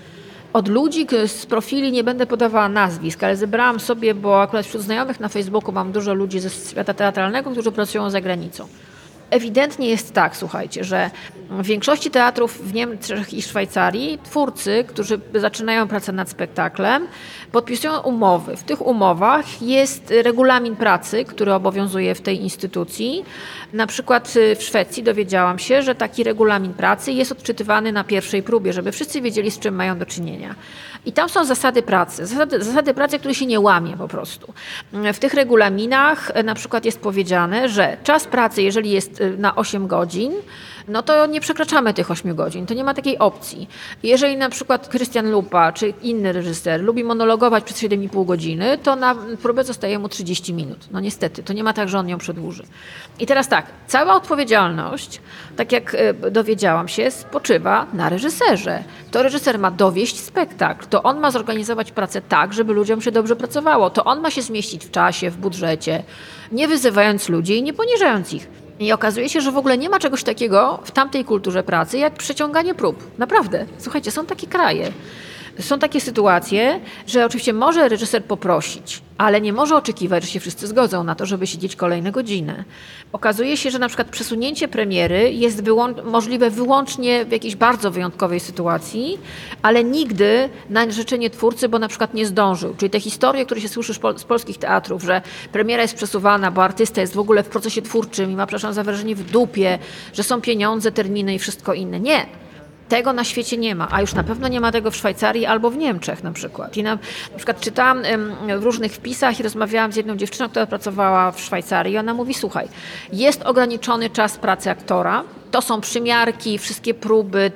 od ludzi z profili, nie będę podawała nazwisk, ale zebrałam sobie, bo akurat wśród znajomych na Facebooku mam dużo ludzi ze świata teatralnego, którzy pracują za granicą. Ewidentnie jest tak, słuchajcie, że w większości teatrów w Niemczech i Szwajcarii twórcy, którzy zaczynają pracę nad spektaklem, podpisują umowy. W tych umowach jest regulamin pracy, który obowiązuje w tej instytucji. Na przykład w Szwecji dowiedziałam się, że taki regulamin pracy jest odczytywany na pierwszej próbie, żeby wszyscy wiedzieli, z czym mają do czynienia. I tam są zasady pracy. Zasady pracy, które się nie łamie po prostu. W tych regulaminach na przykład jest powiedziane, że czas pracy, jeżeli jest na 8 godzin, no to nie przekraczamy tych 8 godzin. To nie ma takiej opcji. Jeżeli na przykład Krystian Lupa czy inny reżyser lubi monologować przez 7,5 godziny, to na próbę zostaje mu 30 minut. No niestety, to nie ma tak, że on ją przedłuży. I teraz tak, cała odpowiedzialność, tak jak dowiedziałam się, spoczywa na reżyserze. To reżyser ma dowieść spektakl, to on ma zorganizować pracę tak, żeby ludziom się dobrze pracowało. To on ma się zmieścić w czasie, w budżecie, nie wyzywając ludzi i nie poniżając ich. I okazuje się, że w ogóle nie ma czegoś takiego w tamtej kulturze pracy, jak przeciąganie prób. Naprawdę. Słuchajcie, są takie kraje. Są takie sytuacje, że oczywiście może reżyser poprosić, ale nie może oczekiwać, że się wszyscy zgodzą na to, żeby siedzieć kolejne godziny. Okazuje się, że na przykład przesunięcie premiery jest możliwe wyłącznie w jakiejś bardzo wyjątkowej sytuacji, ale nigdy na życzenie twórcy, bo na przykład nie zdążył. Czyli te historie, które się słyszy z polskich teatrów, że premiera jest przesuwana, bo artysta jest w ogóle w procesie twórczym i ma, za wrażenie w dupie, że są pieniądze, terminy i wszystko inne. Nie. Tego na świecie nie ma, a już na pewno nie ma tego w Szwajcarii albo w Niemczech na przykład. I na przykład czytałam w różnych wpisach i rozmawiałam z jedną dziewczyną, która pracowała w Szwajcarii i ona mówi, słuchaj, jest ograniczony czas pracy aktora, to są przymiarki, wszystkie próby,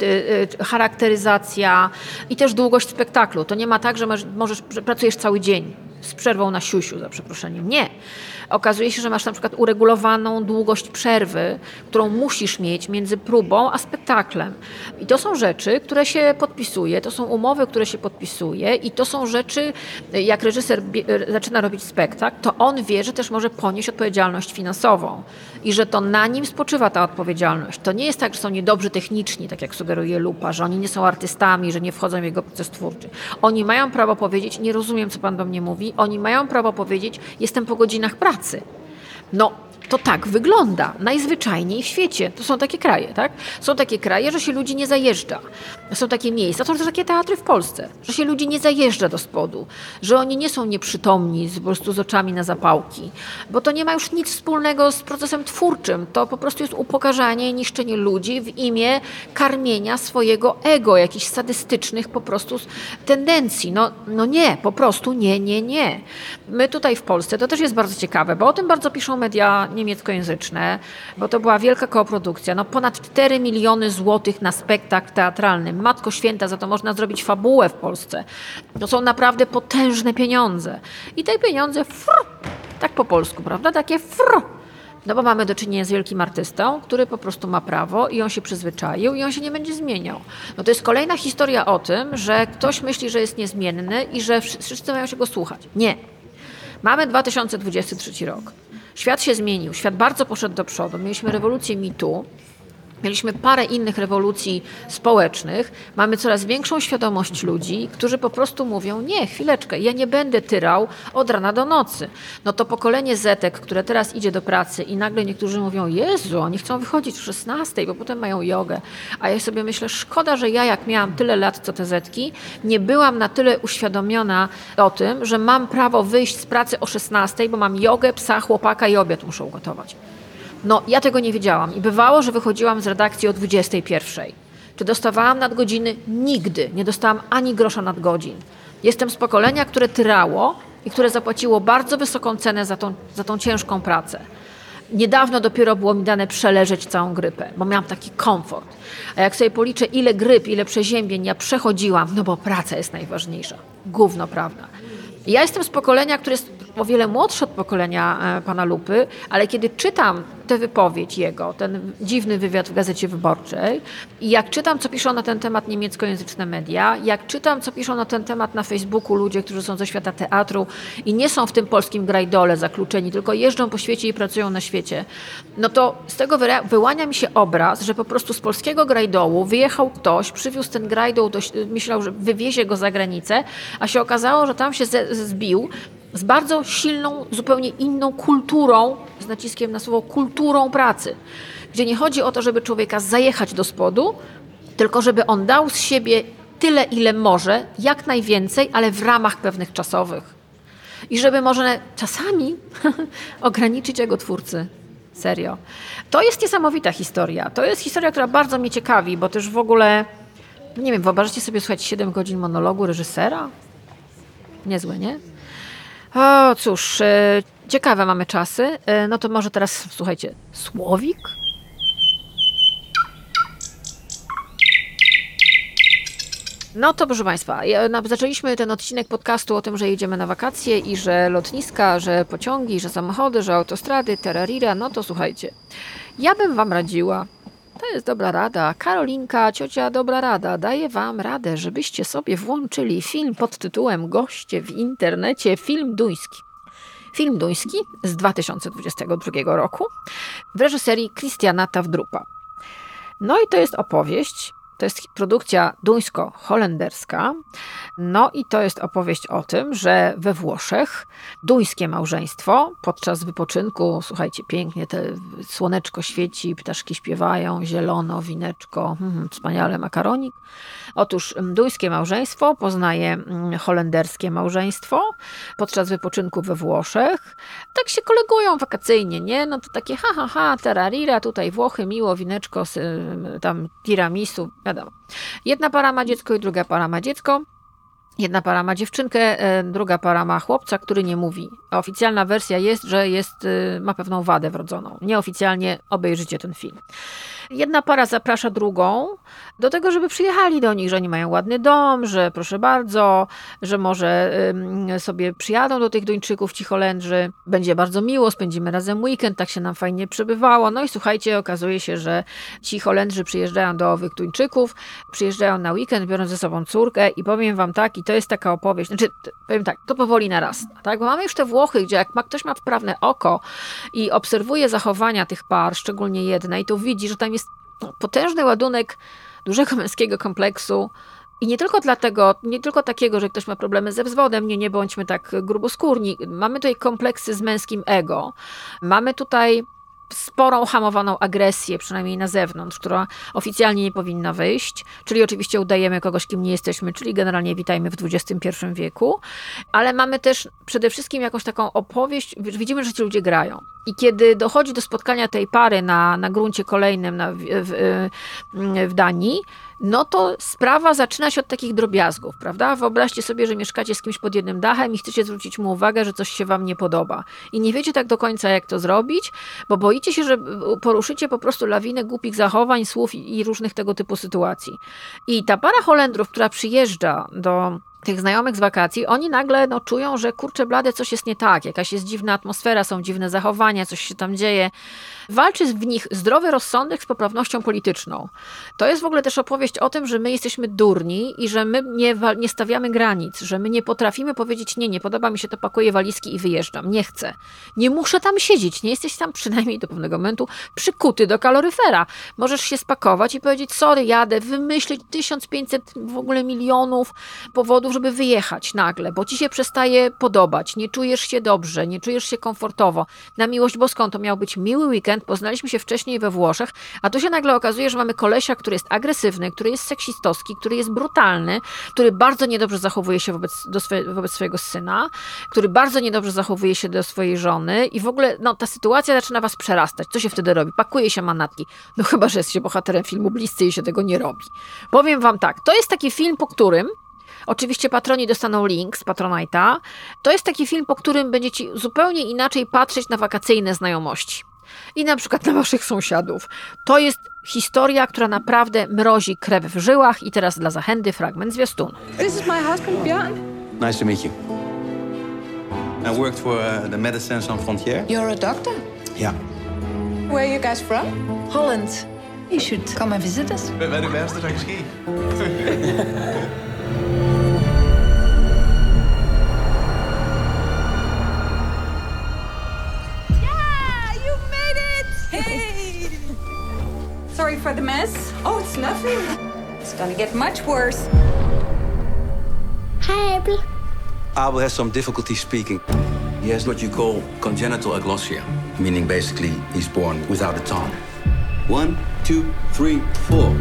charakteryzacja i też długość spektaklu. To nie ma tak, że pracujesz cały dzień z przerwą na siusiu, za przeproszeniem. Nie. Okazuje się, że masz na przykład uregulowaną długość przerwy, którą musisz mieć między próbą a spektaklem. I to są rzeczy, które się podpisuje, to są umowy, które się podpisuje i to są rzeczy, jak reżyser zaczyna robić spektakl, to on wie, że też może ponieść odpowiedzialność finansową i że to na nim spoczywa ta odpowiedzialność. To nie jest tak, że są niedobrzy technicznie, tak jak sugeruje Lupa, że oni nie są artystami, że nie wchodzą w jego proces twórczy. Oni mają prawo powiedzieć, nie rozumiem, co pan do mnie mówi, oni mają prawo powiedzieć, jestem po godzinach pracy. No, to tak wygląda najzwyczajniej w świecie. To są takie kraje, tak? Są takie kraje, że się ludzi nie zajeżdża. Są takie miejsca, są też takie teatry w Polsce, że się ludzi nie zajeżdża do spodu, że oni nie są nieprzytomni po prostu z oczami na zapałki, bo to nie ma już nic wspólnego z procesem twórczym. To po prostu jest upokarzanie i niszczenie ludzi w imię karmienia swojego ego, jakichś sadystycznych po prostu tendencji. No nie, po prostu nie. My tutaj w Polsce, to też jest bardzo ciekawe, bo o tym bardzo piszą media niemieckojęzyczne, bo to była wielka koprodukcja. No ponad 4 miliony złotych na spektakl teatralny. Matko Święta, za to można zrobić fabułę w Polsce. To są naprawdę potężne pieniądze. I te pieniądze, tak po polsku, prawda? Takie no bo mamy do czynienia z wielkim artystą, który po prostu ma prawo i on się przyzwyczaił i on się nie będzie zmieniał. No to jest kolejna historia o tym, że ktoś myśli, że jest niezmienny i że wszyscy mają się go słuchać. Nie. Mamy 2023 rok. Świat się zmienił, świat bardzo poszedł do przodu. Mieliśmy rewolucję Me Too Mieliśmy parę innych rewolucji społecznych. Mamy coraz większą świadomość ludzi, którzy po prostu mówią, nie, chwileczkę, ja nie będę tyrał od rana do nocy. No to pokolenie Zetek, które teraz idzie do pracy i nagle niektórzy mówią, Jezu, oni chcą wychodzić o 16, bo potem mają jogę. A ja sobie myślę, szkoda, że ja jak miałam tyle lat co te Zetki, nie byłam na tyle uświadomiona o tym, że mam prawo wyjść z pracy o 16, bo mam jogę, psa, chłopaka i obiad muszę ugotować. No, ja tego nie wiedziałam i bywało, że wychodziłam z redakcji o 21. Czy dostawałam nadgodziny? Nigdy. Nie dostałam ani grosza nadgodzin. Jestem z pokolenia, które tyrało i które zapłaciło bardzo wysoką cenę za tą ciężką pracę. Niedawno dopiero było mi dane przeleżeć całą grypę, bo miałam taki komfort. A jak sobie policzę, ile gryp, ile przeziębień ja przechodziłam, no bo praca jest najważniejsza. Gówno prawda. Ja jestem z pokolenia, które jest o wiele młodsze od pokolenia pana Lupy, ale kiedy czytam tę wypowiedź jego, ten dziwny wywiad w Gazecie Wyborczej i jak czytam, co piszą na ten temat niemieckojęzyczne media, jak czytam, co piszą na ten temat na Facebooku ludzie, którzy są ze świata teatru i nie są w tym polskim grajdole zakluczeni, tylko jeżdżą po świecie i pracują na świecie, no to z tego wyłania mi się obraz, że po prostu z polskiego grajdołu wyjechał ktoś, przywiózł ten grajdół, myślał, że wywiezie go za granicę, a się okazało, że tam się zbił z bardzo silną, zupełnie inną kulturą, z naciskiem na słowo kulturą pracy, gdzie nie chodzi o to, żeby człowieka zajechać do spodu, tylko żeby on dał z siebie tyle, ile może, jak najwięcej, ale w ramach pewnych czasowych. I żeby może czasami ograniczyć jego twórcy. Serio. To jest niesamowita historia. To jest historia, która bardzo mnie ciekawi, bo też w ogóle, nie wiem, wyobraźcie sobie słuchać 7 godzin monologu reżysera? Niezłe, nie? O, cóż, ciekawe mamy czasy. No to może teraz, słuchajcie, słowik? No to proszę Państwa, zaczęliśmy ten odcinek podcastu o tym, że jedziemy na wakacje i że lotniska, że pociągi, że samochody, że autostrady, terarira. No to słuchajcie, ja bym Wam radziła, to jest dobra rada, Karolinka, ciocia dobra rada, daje Wam radę, żebyście sobie włączyli film pod tytułem Goście w internecie, film duński. Film duński z 2022 roku w reżyserii Christiana Tavdrupa. No i to jest opowieść, to jest produkcja duńsko-holenderska, no i to jest opowieść o tym, że we Włoszech duńskie małżeństwo podczas wypoczynku, słuchajcie, pięknie, te słoneczko świeci, ptaszki śpiewają, zielono, wineczko, wspaniale, makaronik. Otóż duńskie małżeństwo poznaje holenderskie małżeństwo podczas wypoczynku we Włoszech. Tak się kolegują wakacyjnie, nie? No to takie tararira, tutaj Włochy, miło, wineczko, tam tiramisu, wiadomo. Jedna para ma dziecko i druga para ma dziecko. Jedna para ma dziewczynkę, druga para ma chłopca, który nie mówi. A oficjalna wersja jest, że ma pewną wadę wrodzoną. Nieoficjalnie obejrzycie ten film. Jedna para zaprasza drugą do tego, żeby przyjechali do nich, że oni mają ładny dom, że proszę bardzo, że może sobie przyjadą do tych Duńczyków, ci Holendrzy. Będzie bardzo miło, spędzimy razem weekend, tak się nam fajnie przebywało. No i słuchajcie, okazuje się, że ci Holendrzy przyjeżdżają do owych Duńczyków, przyjeżdżają na weekend, biorą ze sobą córkę i powiem Wam tak, i to jest taka opowieść, znaczy powiem tak, to powoli narasta, tak? Bo mamy już te Włochy, gdzie jak ktoś ma wprawne oko i obserwuje zachowania tych par, szczególnie jednej, to widzi, że tam jest potężny ładunek dużego męskiego kompleksu i nie tylko dlatego, nie tylko takiego, że ktoś ma problemy ze wzwodem, nie bądźmy tak gruboskórni. Mamy tutaj kompleksy z męskim ego. Mamy tutaj sporą hamowaną agresję, przynajmniej na zewnątrz, która oficjalnie nie powinna wyjść, czyli oczywiście udajemy kogoś, kim nie jesteśmy, czyli generalnie witajmy w XXI wieku, ale mamy też przede wszystkim jakąś taką opowieść, widzimy, że ci ludzie grają. I kiedy dochodzi do spotkania tej pary na gruncie kolejnym w Danii, no to sprawa zaczyna się od takich drobiazgów, prawda? Wyobraźcie sobie, że mieszkacie z kimś pod jednym dachem i chcecie zwrócić mu uwagę, że coś się wam nie podoba. I nie wiecie tak do końca, jak to zrobić, bo boicie się, że poruszycie po prostu lawinę głupich zachowań, słów i różnych tego typu sytuacji. I ta para Holendrów, która przyjeżdża do tych znajomych z wakacji, oni nagle czują, że kurczę blade, coś jest nie tak, jakaś jest dziwna atmosfera, są dziwne zachowania, coś się tam dzieje. Walczy w nich zdrowy rozsądek z poprawnością polityczną. To jest w ogóle też opowieść o tym, że my jesteśmy durni i że my nie stawiamy granic, że my nie potrafimy powiedzieć nie podoba mi się to, pakuję walizki i wyjeżdżam, nie chcę. Nie muszę tam siedzieć, nie jesteś tam przynajmniej do pewnego momentu przykuty do kaloryfera. Możesz się spakować i powiedzieć, sorry, jadę, wymyślić 1500 w ogóle milionów powodów, żeby wyjechać nagle, bo ci się przestaje podobać, nie czujesz się dobrze, nie czujesz się komfortowo. Na miłość boską to miał być miły weekend, poznaliśmy się wcześniej we Włoszech, a tu się nagle okazuje, że mamy kolesia, który jest agresywny, który jest seksistowski, który jest brutalny, który bardzo niedobrze zachowuje się wobec swojego syna, który bardzo niedobrze zachowuje się do swojej żony i w ogóle ta sytuacja zaczyna was przerastać. Co się wtedy robi? Pakuje się manatki. No chyba, że jest się bohaterem filmu Bliscy i się tego nie robi. Powiem wam tak, to jest taki film, po którym oczywiście patroni dostaną link z Patronite'a. To jest taki film, po którym będziecie zupełnie inaczej patrzeć na wakacyjne znajomości. I na przykład na waszych sąsiadów. To jest historia, która naprawdę mrozi krew w żyłach. I teraz dla zachęty fragment zwiastunu. This is my husband, Björn. Nice to meet you. I worked for the Médecins Sans Frontières. You're a doctor? Yeah. Where are you guys from? Holland. You should come and visit us. Bij de beste zijn ski. Hey! Sorry for the mess. Oh, it's nothing. It's gonna get much worse. Abel has some difficulty speaking. He has what you call congenital aglossia, meaning basically he's born without a tongue. 1, 2, 3, 4.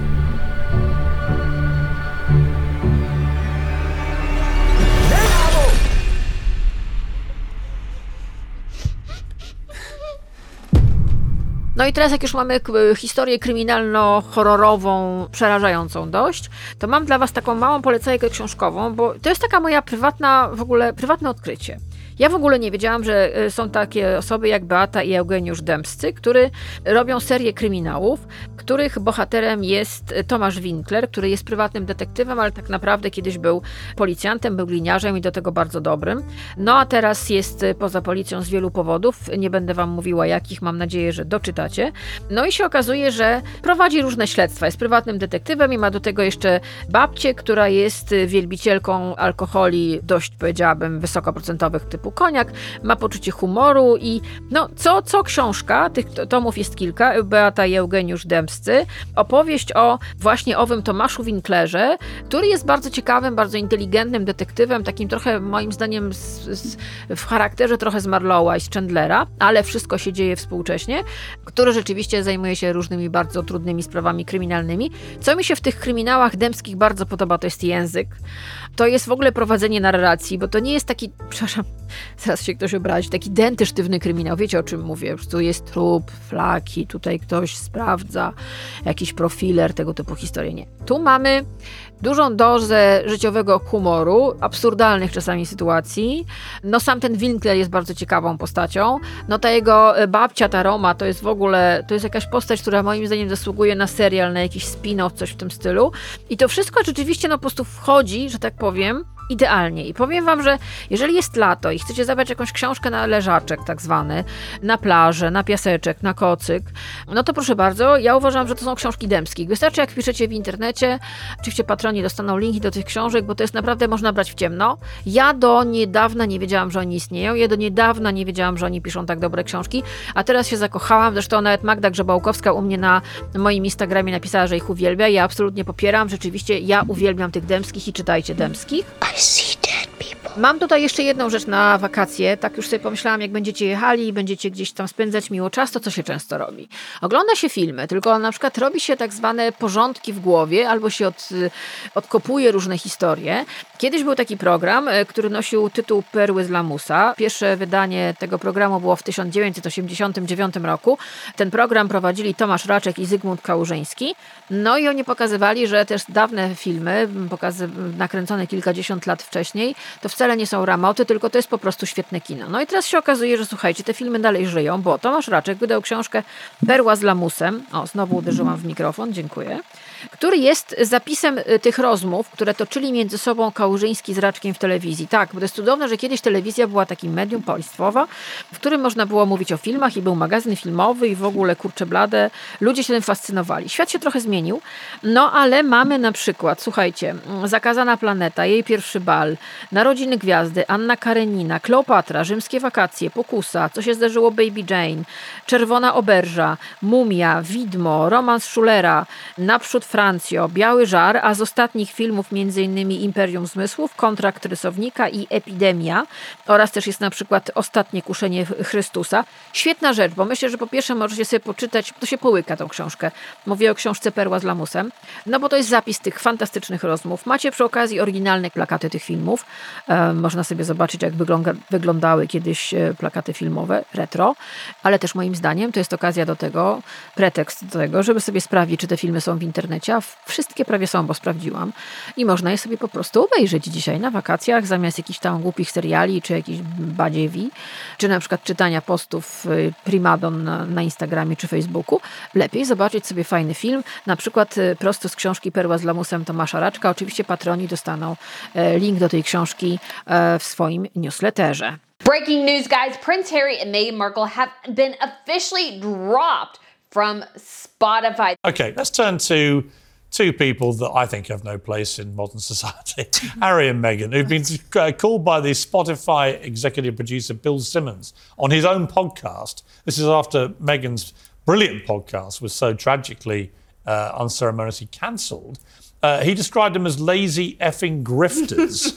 No i teraz jak już mamy historię kryminalno-horrorową, przerażającą dość, to mam dla was taką małą polecajkę książkową, bo to jest taka moja prywatne odkrycie. Ja w ogóle nie wiedziałam, że są takie osoby jak Beata i Eugeniusz Dębscy, którzy robią serię kryminałów, których bohaterem jest Tomasz Winkler, który jest prywatnym detektywem, ale tak naprawdę kiedyś był policjantem, był gliniarzem i do tego bardzo dobrym. No a teraz jest poza policją z wielu powodów. Nie będę wam mówiła jakich, mam nadzieję, że doczytacie. No i się okazuje, że prowadzi różne śledztwa. Jest prywatnym detektywem i ma do tego jeszcze babcię, która jest wielbicielką alkoholi dość, powiedziałabym, wysokoprocentowych typu koniak, ma poczucie humoru i co książka, tych tomów jest kilka, Beata i Eugeniusz Dębscy, opowieść o właśnie owym Tomaszu Winklerze, który jest bardzo ciekawym, bardzo inteligentnym detektywem, takim trochę moim zdaniem w charakterze trochę z Marlowa i z Chandlera, ale wszystko się dzieje współcześnie, który rzeczywiście zajmuje się różnymi bardzo trudnymi sprawami kryminalnymi. Co mi się w tych kryminałach dębskich bardzo podoba, to jest język. To jest w ogóle prowadzenie narracji, bo to nie jest taki, przepraszam, zaraz się ktoś obrazi, taki denty sztywny kryminał. Wiecie, o czym mówię? Tu jest trup, flaki, tutaj ktoś sprawdza, jakiś profiler, tego typu historie. Nie. Tu mamy dużą dozę życiowego humoru, absurdalnych czasami sytuacji. No sam ten Winkler jest bardzo ciekawą postacią. No ta jego babcia, ta Roma, to jest w ogóle, to jest jakaś postać, która moim zdaniem zasługuje na serial, na jakiś spin-off, coś w tym stylu. I to wszystko rzeczywiście po prostu wchodzi, że tak powiem, idealnie. I powiem wam, że jeżeli jest lato i chcecie zabrać jakąś książkę na leżaczek tak zwany, na plażę, na piaseczek, na kocyk, no to proszę bardzo, ja uważam, że to są książki dębskich. Wystarczy jak piszecie w internecie, oczywiście patroni dostaną linki do tych książek, bo to jest naprawdę, można brać w ciemno. Ja do niedawna nie wiedziałam, że oni istnieją, ja do niedawna nie wiedziałam, że oni piszą tak dobre książki, a teraz się zakochałam, zresztą nawet Magda Grzebałkowska u mnie na moim Instagramie napisała, że ich uwielbia, ja absolutnie popieram, rzeczywiście ja uwielbiam tych dębskich i czytajcie dębskich. Mam tutaj jeszcze jedną rzecz na wakacje. Tak już sobie pomyślałam, jak będziecie jechali i będziecie gdzieś tam spędzać miło czas, to co się często robi? Ogląda się filmy, tylko na przykład robi się tak zwane porządki w głowie, albo się odkopuje różne historie. Kiedyś był taki program, który nosił tytuł Perły z lamusa. Pierwsze wydanie tego programu było w 1989 roku. Ten program prowadzili Tomasz Raczek i Zygmunt Kałużyński. No i oni pokazywali, że też dawne filmy, nakręcone kilkadziesiąt lat wcześniej, to wcale wcale nie są ramoty, tylko to jest po prostu świetne kino. No i teraz się okazuje, że słuchajcie, te filmy dalej żyją, bo Tomasz Raczek wydał książkę Perła z lamusem. O, znowu uderzyłam w mikrofon, dziękuję. Który jest zapisem tych rozmów, które toczyli między sobą Kałużyński z Raczkiem w telewizji. Tak, bo to jest cudowne, że kiedyś telewizja była takim medium państwowa, w którym można było mówić o filmach i był magazyn filmowy i w ogóle kurcze blade. Ludzie się tym fascynowali. Świat się trochę zmienił, no ale mamy na przykład, słuchajcie, Zakazana planeta, Jej pierwszy bal, Narodziny gwiazdy, Anna Karenina, Kleopatra, Rzymskie wakacje, Pokusa, Co się zdarzyło Baby Jane, Czerwona oberża, Mumia, Widmo, Romans Schulera, Naprzód Francjo, Biały żar, a z ostatnich filmów m.in. Imperium zmysłów, Kontrakt rysownika i Epidemia oraz też jest na przykład Ostatnie kuszenie Chrystusa. Świetna rzecz, bo myślę, że po pierwsze możecie sobie poczytać, to się połyka tą książkę. Mówię o książce Perła z lamusem, no bo to jest zapis tych fantastycznych rozmów. Macie przy okazji oryginalne plakaty tych filmów. Można sobie zobaczyć, jak wyglądały kiedyś plakaty filmowe, retro, ale też moim zdaniem to jest okazja do tego, pretekst do tego, żeby sobie sprawdzić, czy te filmy są w internecie, a wszystkie prawie są, bo sprawdziłam. I można je sobie po prostu obejrzeć dzisiaj na wakacjach, zamiast jakichś tam głupich seriali, czy jakichś badziewi, czy na przykład czytania postów primadon na Instagramie czy Facebooku. Lepiej zobaczyć sobie fajny film, na przykład prosto z książki Perła z lamusem Tomasza Raczka. Oczywiście patroni dostaną link do tej książki w swoim newsletterze. Breaking news, guys. Prince Harry and Meghan Markle have been officially dropped from Spotify. Okay, let's turn to two people that I think have no place in modern society. Harry and Meghan, who've been called by the Spotify executive producer Bill Simmons on his own podcast. This is after Meghan's brilliant podcast was so tragically unceremoniously cancelled. He described them as lazy effing grifters.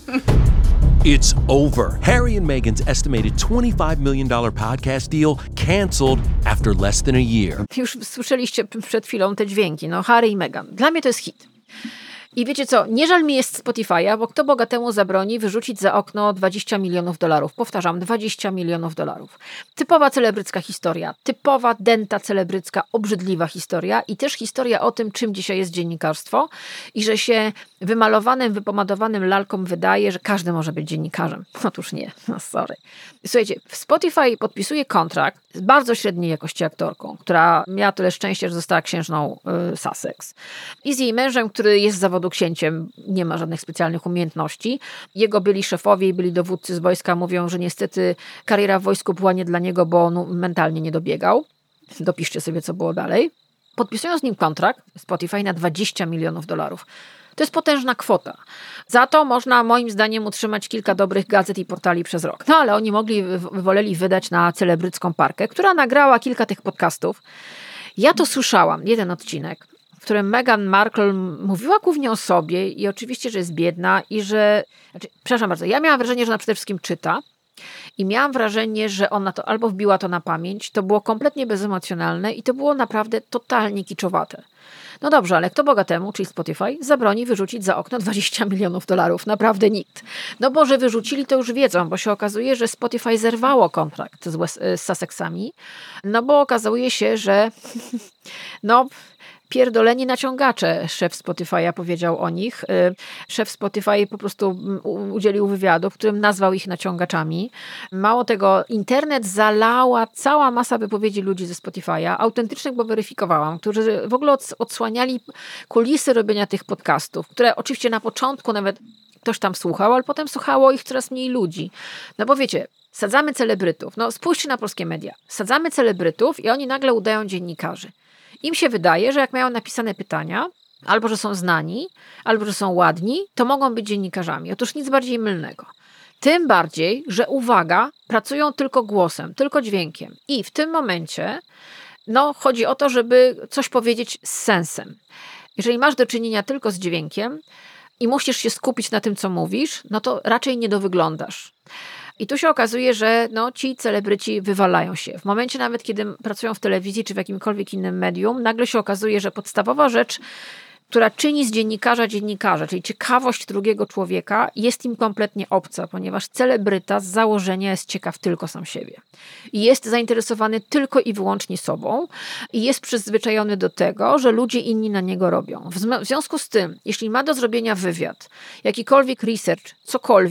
It's over. Harry and Meghan's estimated $25 million podcast deal canceled after less than a year. Już słyszeliście przed chwilą te dźwięki. No, Harry i Meghan. Dla mnie to jest hit. I wiecie co, nie żal mi jest Spotify'a, bo kto bogatemu zabroni wyrzucić za okno $20 milionów. Powtarzam, $20 milionów. Typowa celebrycka historia, typowa dęta celebrycka, obrzydliwa historia i też historia o tym, czym dzisiaj jest dziennikarstwo i że się wymalowanym, wypomadowanym lalkom wydaje, że każdy może być dziennikarzem. Otóż nie, no sorry. Słuchajcie, Spotify podpisuje kontrakt z bardzo średniej jakości aktorką, która miała tyle szczęścia, że została księżną Sussex. I z jej mężem, który jest zawodu księciem, nie ma żadnych specjalnych umiejętności. Jego byli szefowie i byli dowódcy z wojska mówią, że niestety kariera w wojsku była nie dla niego, bo on mentalnie nie dobiegał. Dopiszcie sobie, co było dalej. Podpisują z nim kontrakt Spotify na $20 milionów. To jest potężna kwota. Za to można moim zdaniem utrzymać kilka dobrych gazet i portali przez rok. No ale oni woleli wydać na celebrycką parkę, która nagrała kilka tych podcastów. Ja to słyszałam, jeden odcinek, w którym Meghan Markle mówiła głównie o sobie i oczywiście, że jest biedna i że... przepraszam bardzo, ja miałam wrażenie, że ona przede wszystkim czyta i miałam wrażenie, że ona to albo wbiła to na pamięć, to było kompletnie bezemocjonalne i to było naprawdę totalnie kiczowate. No dobrze, ale kto bogatemu, czyli Spotify, zabroni wyrzucić za okno $20 milionów? Naprawdę nikt. No bo że wyrzucili, to już wiedzą, bo się okazuje, że Spotify zerwało kontrakt z Sussexami, no bo okazuje się, że no... pierdoleni naciągacze, szef Spotify'a powiedział o nich. Szef Spotify po prostu udzielił wywiadu, w którym nazwał ich naciągaczami. Mało tego, internet zalała cała masa wypowiedzi ludzi ze Spotify'a, autentycznych, bo weryfikowałam, którzy w ogóle odsłaniali kulisy robienia tych podcastów, które oczywiście na początku nawet ktoś tam słuchał, ale potem słuchało ich coraz mniej ludzi. No bo wiecie, sadzamy celebrytów. No spójrzcie na polskie media. Sadzamy celebrytów i oni nagle udają dziennikarzy. Im się wydaje, że jak mają napisane pytania, albo że są znani, albo że są ładni, to mogą być dziennikarzami. Otóż nic bardziej mylnego. Tym bardziej, że uwaga, pracują tylko głosem, tylko dźwiękiem. I w tym momencie chodzi o to, żeby coś powiedzieć z sensem. Jeżeli masz do czynienia tylko z dźwiękiem i musisz się skupić na tym, co mówisz, no to raczej nie dowyglądasz. I tu się okazuje, że ci celebryci wywalają się. W momencie nawet, kiedy pracują w telewizji czy w jakimkolwiek innym medium, nagle się okazuje, że podstawowa rzecz, która czyni z dziennikarza, czyli ciekawość drugiego człowieka, jest im kompletnie obca, ponieważ celebryta z założenia jest ciekaw tylko sam siebie. I jest zainteresowany tylko i wyłącznie sobą i jest przyzwyczajony do tego, że ludzie inni na niego robią. W związku z tym, jeśli ma do zrobienia wywiad, jakikolwiek research, cokolwiek,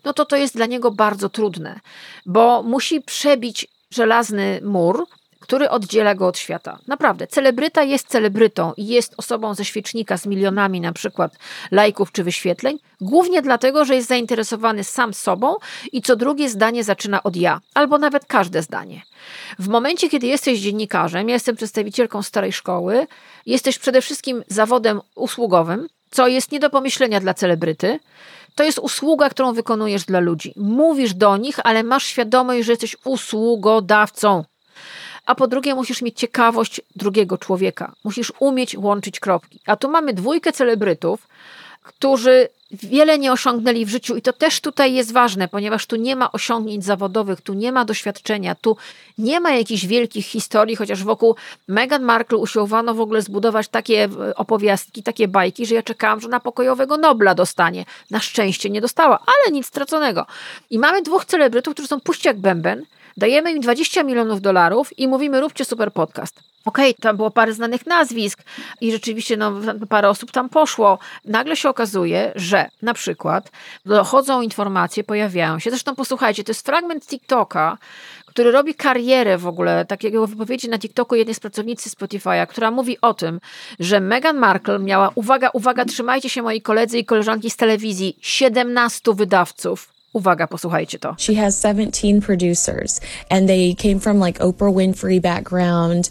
no to jest dla niego bardzo trudne, bo musi przebić żelazny mur, który oddziela go od świata. Naprawdę, celebryta jest celebrytą i jest osobą ze świecznika z milionami na przykład lajków czy wyświetleń, głównie dlatego, że jest zainteresowany sam sobą i co drugie zdanie zaczyna od ja, albo nawet każde zdanie. W momencie, kiedy jesteś dziennikarzem, ja jestem przedstawicielką starej szkoły, jesteś przede wszystkim zawodem usługowym, co jest nie do pomyślenia dla celebryty. To jest usługa, którą wykonujesz dla ludzi. Mówisz do nich, ale masz świadomość, że jesteś usługodawcą. A po drugie musisz mieć ciekawość drugiego człowieka. Musisz umieć łączyć kropki. A tu mamy dwójkę celebrytów, którzy wiele nie osiągnęli w życiu i to też tutaj jest ważne, ponieważ tu nie ma osiągnięć zawodowych, tu nie ma doświadczenia, tu nie ma jakichś wielkich historii, chociaż wokół Meghan Markle usiłowano w ogóle zbudować takie opowiastki, takie bajki, że ja czekałam, że ona pokojowego Nobla dostanie. Na szczęście nie dostała, ale nic straconego. I mamy dwóch celebrytów, którzy są puści jak bęben, dajemy im $20 milionów i mówimy, róbcie super podcast. Okej, tam było parę znanych nazwisk i rzeczywiście parę osób tam poszło. Nagle się okazuje, że na przykład dochodzą informacje, pojawiają się. Zresztą posłuchajcie, to jest fragment TikToka, który robi karierę w ogóle, takiego wypowiedzi na TikToku jednej z pracownicy Spotify'a, która mówi o tym, że Meghan Markle miała, uwaga, trzymajcie się moi koledzy i koleżanki z telewizji, 17 wydawców. Uwaga, posłuchajcie to. She has 17 producers and they came from like Oprah Winfrey background.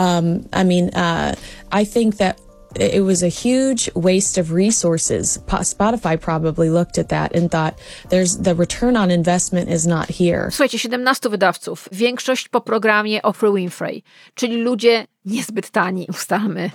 I think that it was a huge waste of resources. Spotify probably looked at that and thought the return on investment is not here. Słuchajcie, 17 wydawców, większość po programie Oprah Winfrey, czyli ludzie niezbyt tani, ustalmy.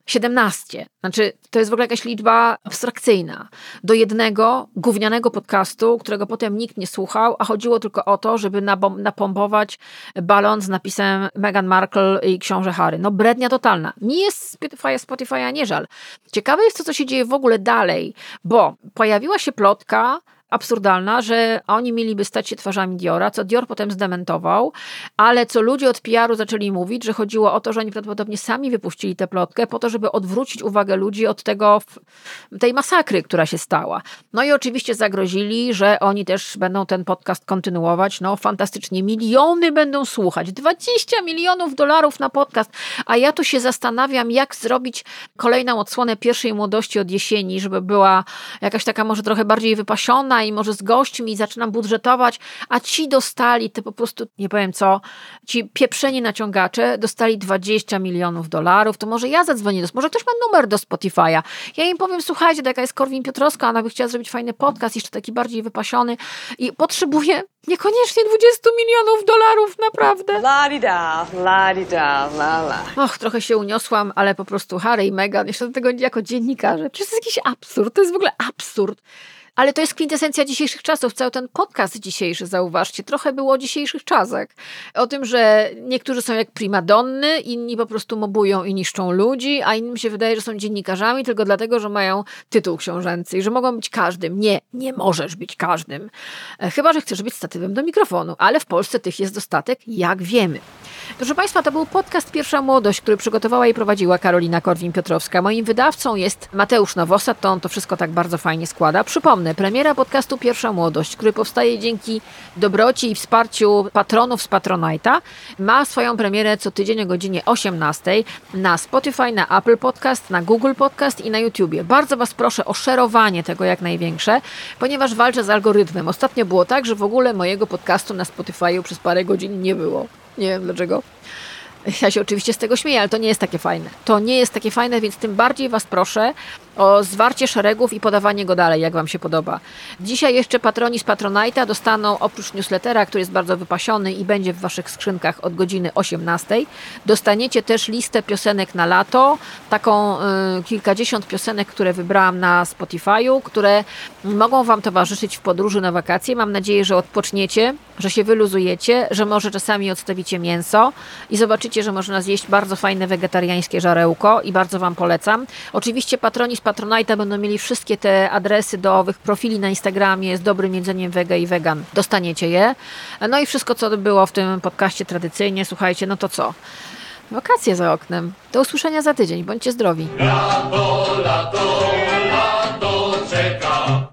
17. Znaczy, to jest w ogóle jakaś liczba abstrakcyjna. Do jednego gównianego podcastu, którego potem nikt nie słuchał, a chodziło tylko o to, żeby napompować balon z napisem Meghan Markle i książę Harry. No brednia totalna. Nie jest Spotify'a nie żal. Ciekawe jest to, co się dzieje w ogóle dalej, bo pojawiła się plotka absurdalna, że oni mieliby stać się twarzami Diora, co Dior potem zdementował, ale co ludzie od PR-u zaczęli mówić, że chodziło o to, że oni prawdopodobnie sami wypuścili tę plotkę po to, żeby odwrócić uwagę ludzi od tej masakry, która się stała. No i oczywiście zagrozili, że oni też będą ten podcast kontynuować. No fantastycznie, miliony będą słuchać. $20 milionów na podcast. A ja tu się zastanawiam, jak zrobić kolejną odsłonę Pierwszej Młodości od jesieni, żeby była jakaś taka może trochę bardziej wypasiona i może z gośćmi zaczynam budżetować, a ci dostali te po prostu, nie powiem co, ci pieprzeni naciągacze dostali $20 milionów, to może ja zadzwonię, może ktoś ma numer do Spotify'a. Ja im powiem, słuchajcie, taka jest Korwin-Piotrowska, ona by chciała zrobić fajny podcast, jeszcze taki bardziej wypasiony i potrzebuje niekoniecznie $20 milionów, naprawdę. La-di-da, la-di-da, la-la. Och, trochę się uniosłam, ale po prostu Harry i Meghan, jeszcze do tego jako dziennikarze. Przecież to jest jakiś absurd, to jest w ogóle absurd. Ale to jest kwintesencja dzisiejszych czasów. Cały ten podcast dzisiejszy, zauważcie, trochę było o dzisiejszych czasach. O tym, że niektórzy są jak primadonny, inni po prostu mobują i niszczą ludzi, a innym się wydaje, że są dziennikarzami tylko dlatego, że mają tytuł książęcy i że mogą być każdym. Nie możesz być każdym. Chyba że chcesz być statywem do mikrofonu, ale w Polsce tych jest dostatek, jak wiemy. Proszę Państwa, to był podcast Pierwsza Młodość, który przygotowała i prowadziła Karolina Korwin-Piotrowska. Moim wydawcą jest Mateusz Nowosad, to on to wszystko tak bardzo fajnie składa. Przypomnę, premiera podcastu Pierwsza Młodość, który powstaje dzięki dobroci i wsparciu patronów z Patronite'a, ma swoją premierę co tydzień o godzinie 18:00 na Spotify, na Apple Podcast, na Google Podcast i na YouTubie. Bardzo Was proszę o szerowanie tego jak największe, ponieważ walczę z algorytmem. Ostatnio było tak, że w ogóle mojego podcastu na Spotify'u przez parę godzin nie było. Nie wiem dlaczego. Ja się oczywiście z tego śmieję, ale to nie jest takie fajne. To nie jest takie fajne, więc tym bardziej Was proszę o zwarcie szeregów i podawanie go dalej, jak Wam się podoba. Dzisiaj jeszcze patroni z Patronite'a dostaną oprócz newslettera, który jest bardzo wypasiony i będzie w Waszych skrzynkach od godziny 18:00, dostaniecie też listę piosenek na lato, taką kilkadziesiąt piosenek, które wybrałam na Spotify'u, które mogą Wam towarzyszyć w podróży na wakacje. Mam nadzieję, że odpoczniecie, że się wyluzujecie, że może czasami odstawicie mięso i zobaczycie, że można zjeść bardzo fajne wegetariańskie żarełko i bardzo Wam polecam. Oczywiście patroni z Patronite'a będą mieli wszystkie te adresy do owych profili na Instagramie z dobrym jedzeniem wege i wegan. Dostaniecie je. No i wszystko, co było w tym podcaście tradycyjnie. Słuchajcie, no to co? Wakacje za oknem. Do usłyszenia za tydzień. Bądźcie zdrowi. Lato, lato, lato.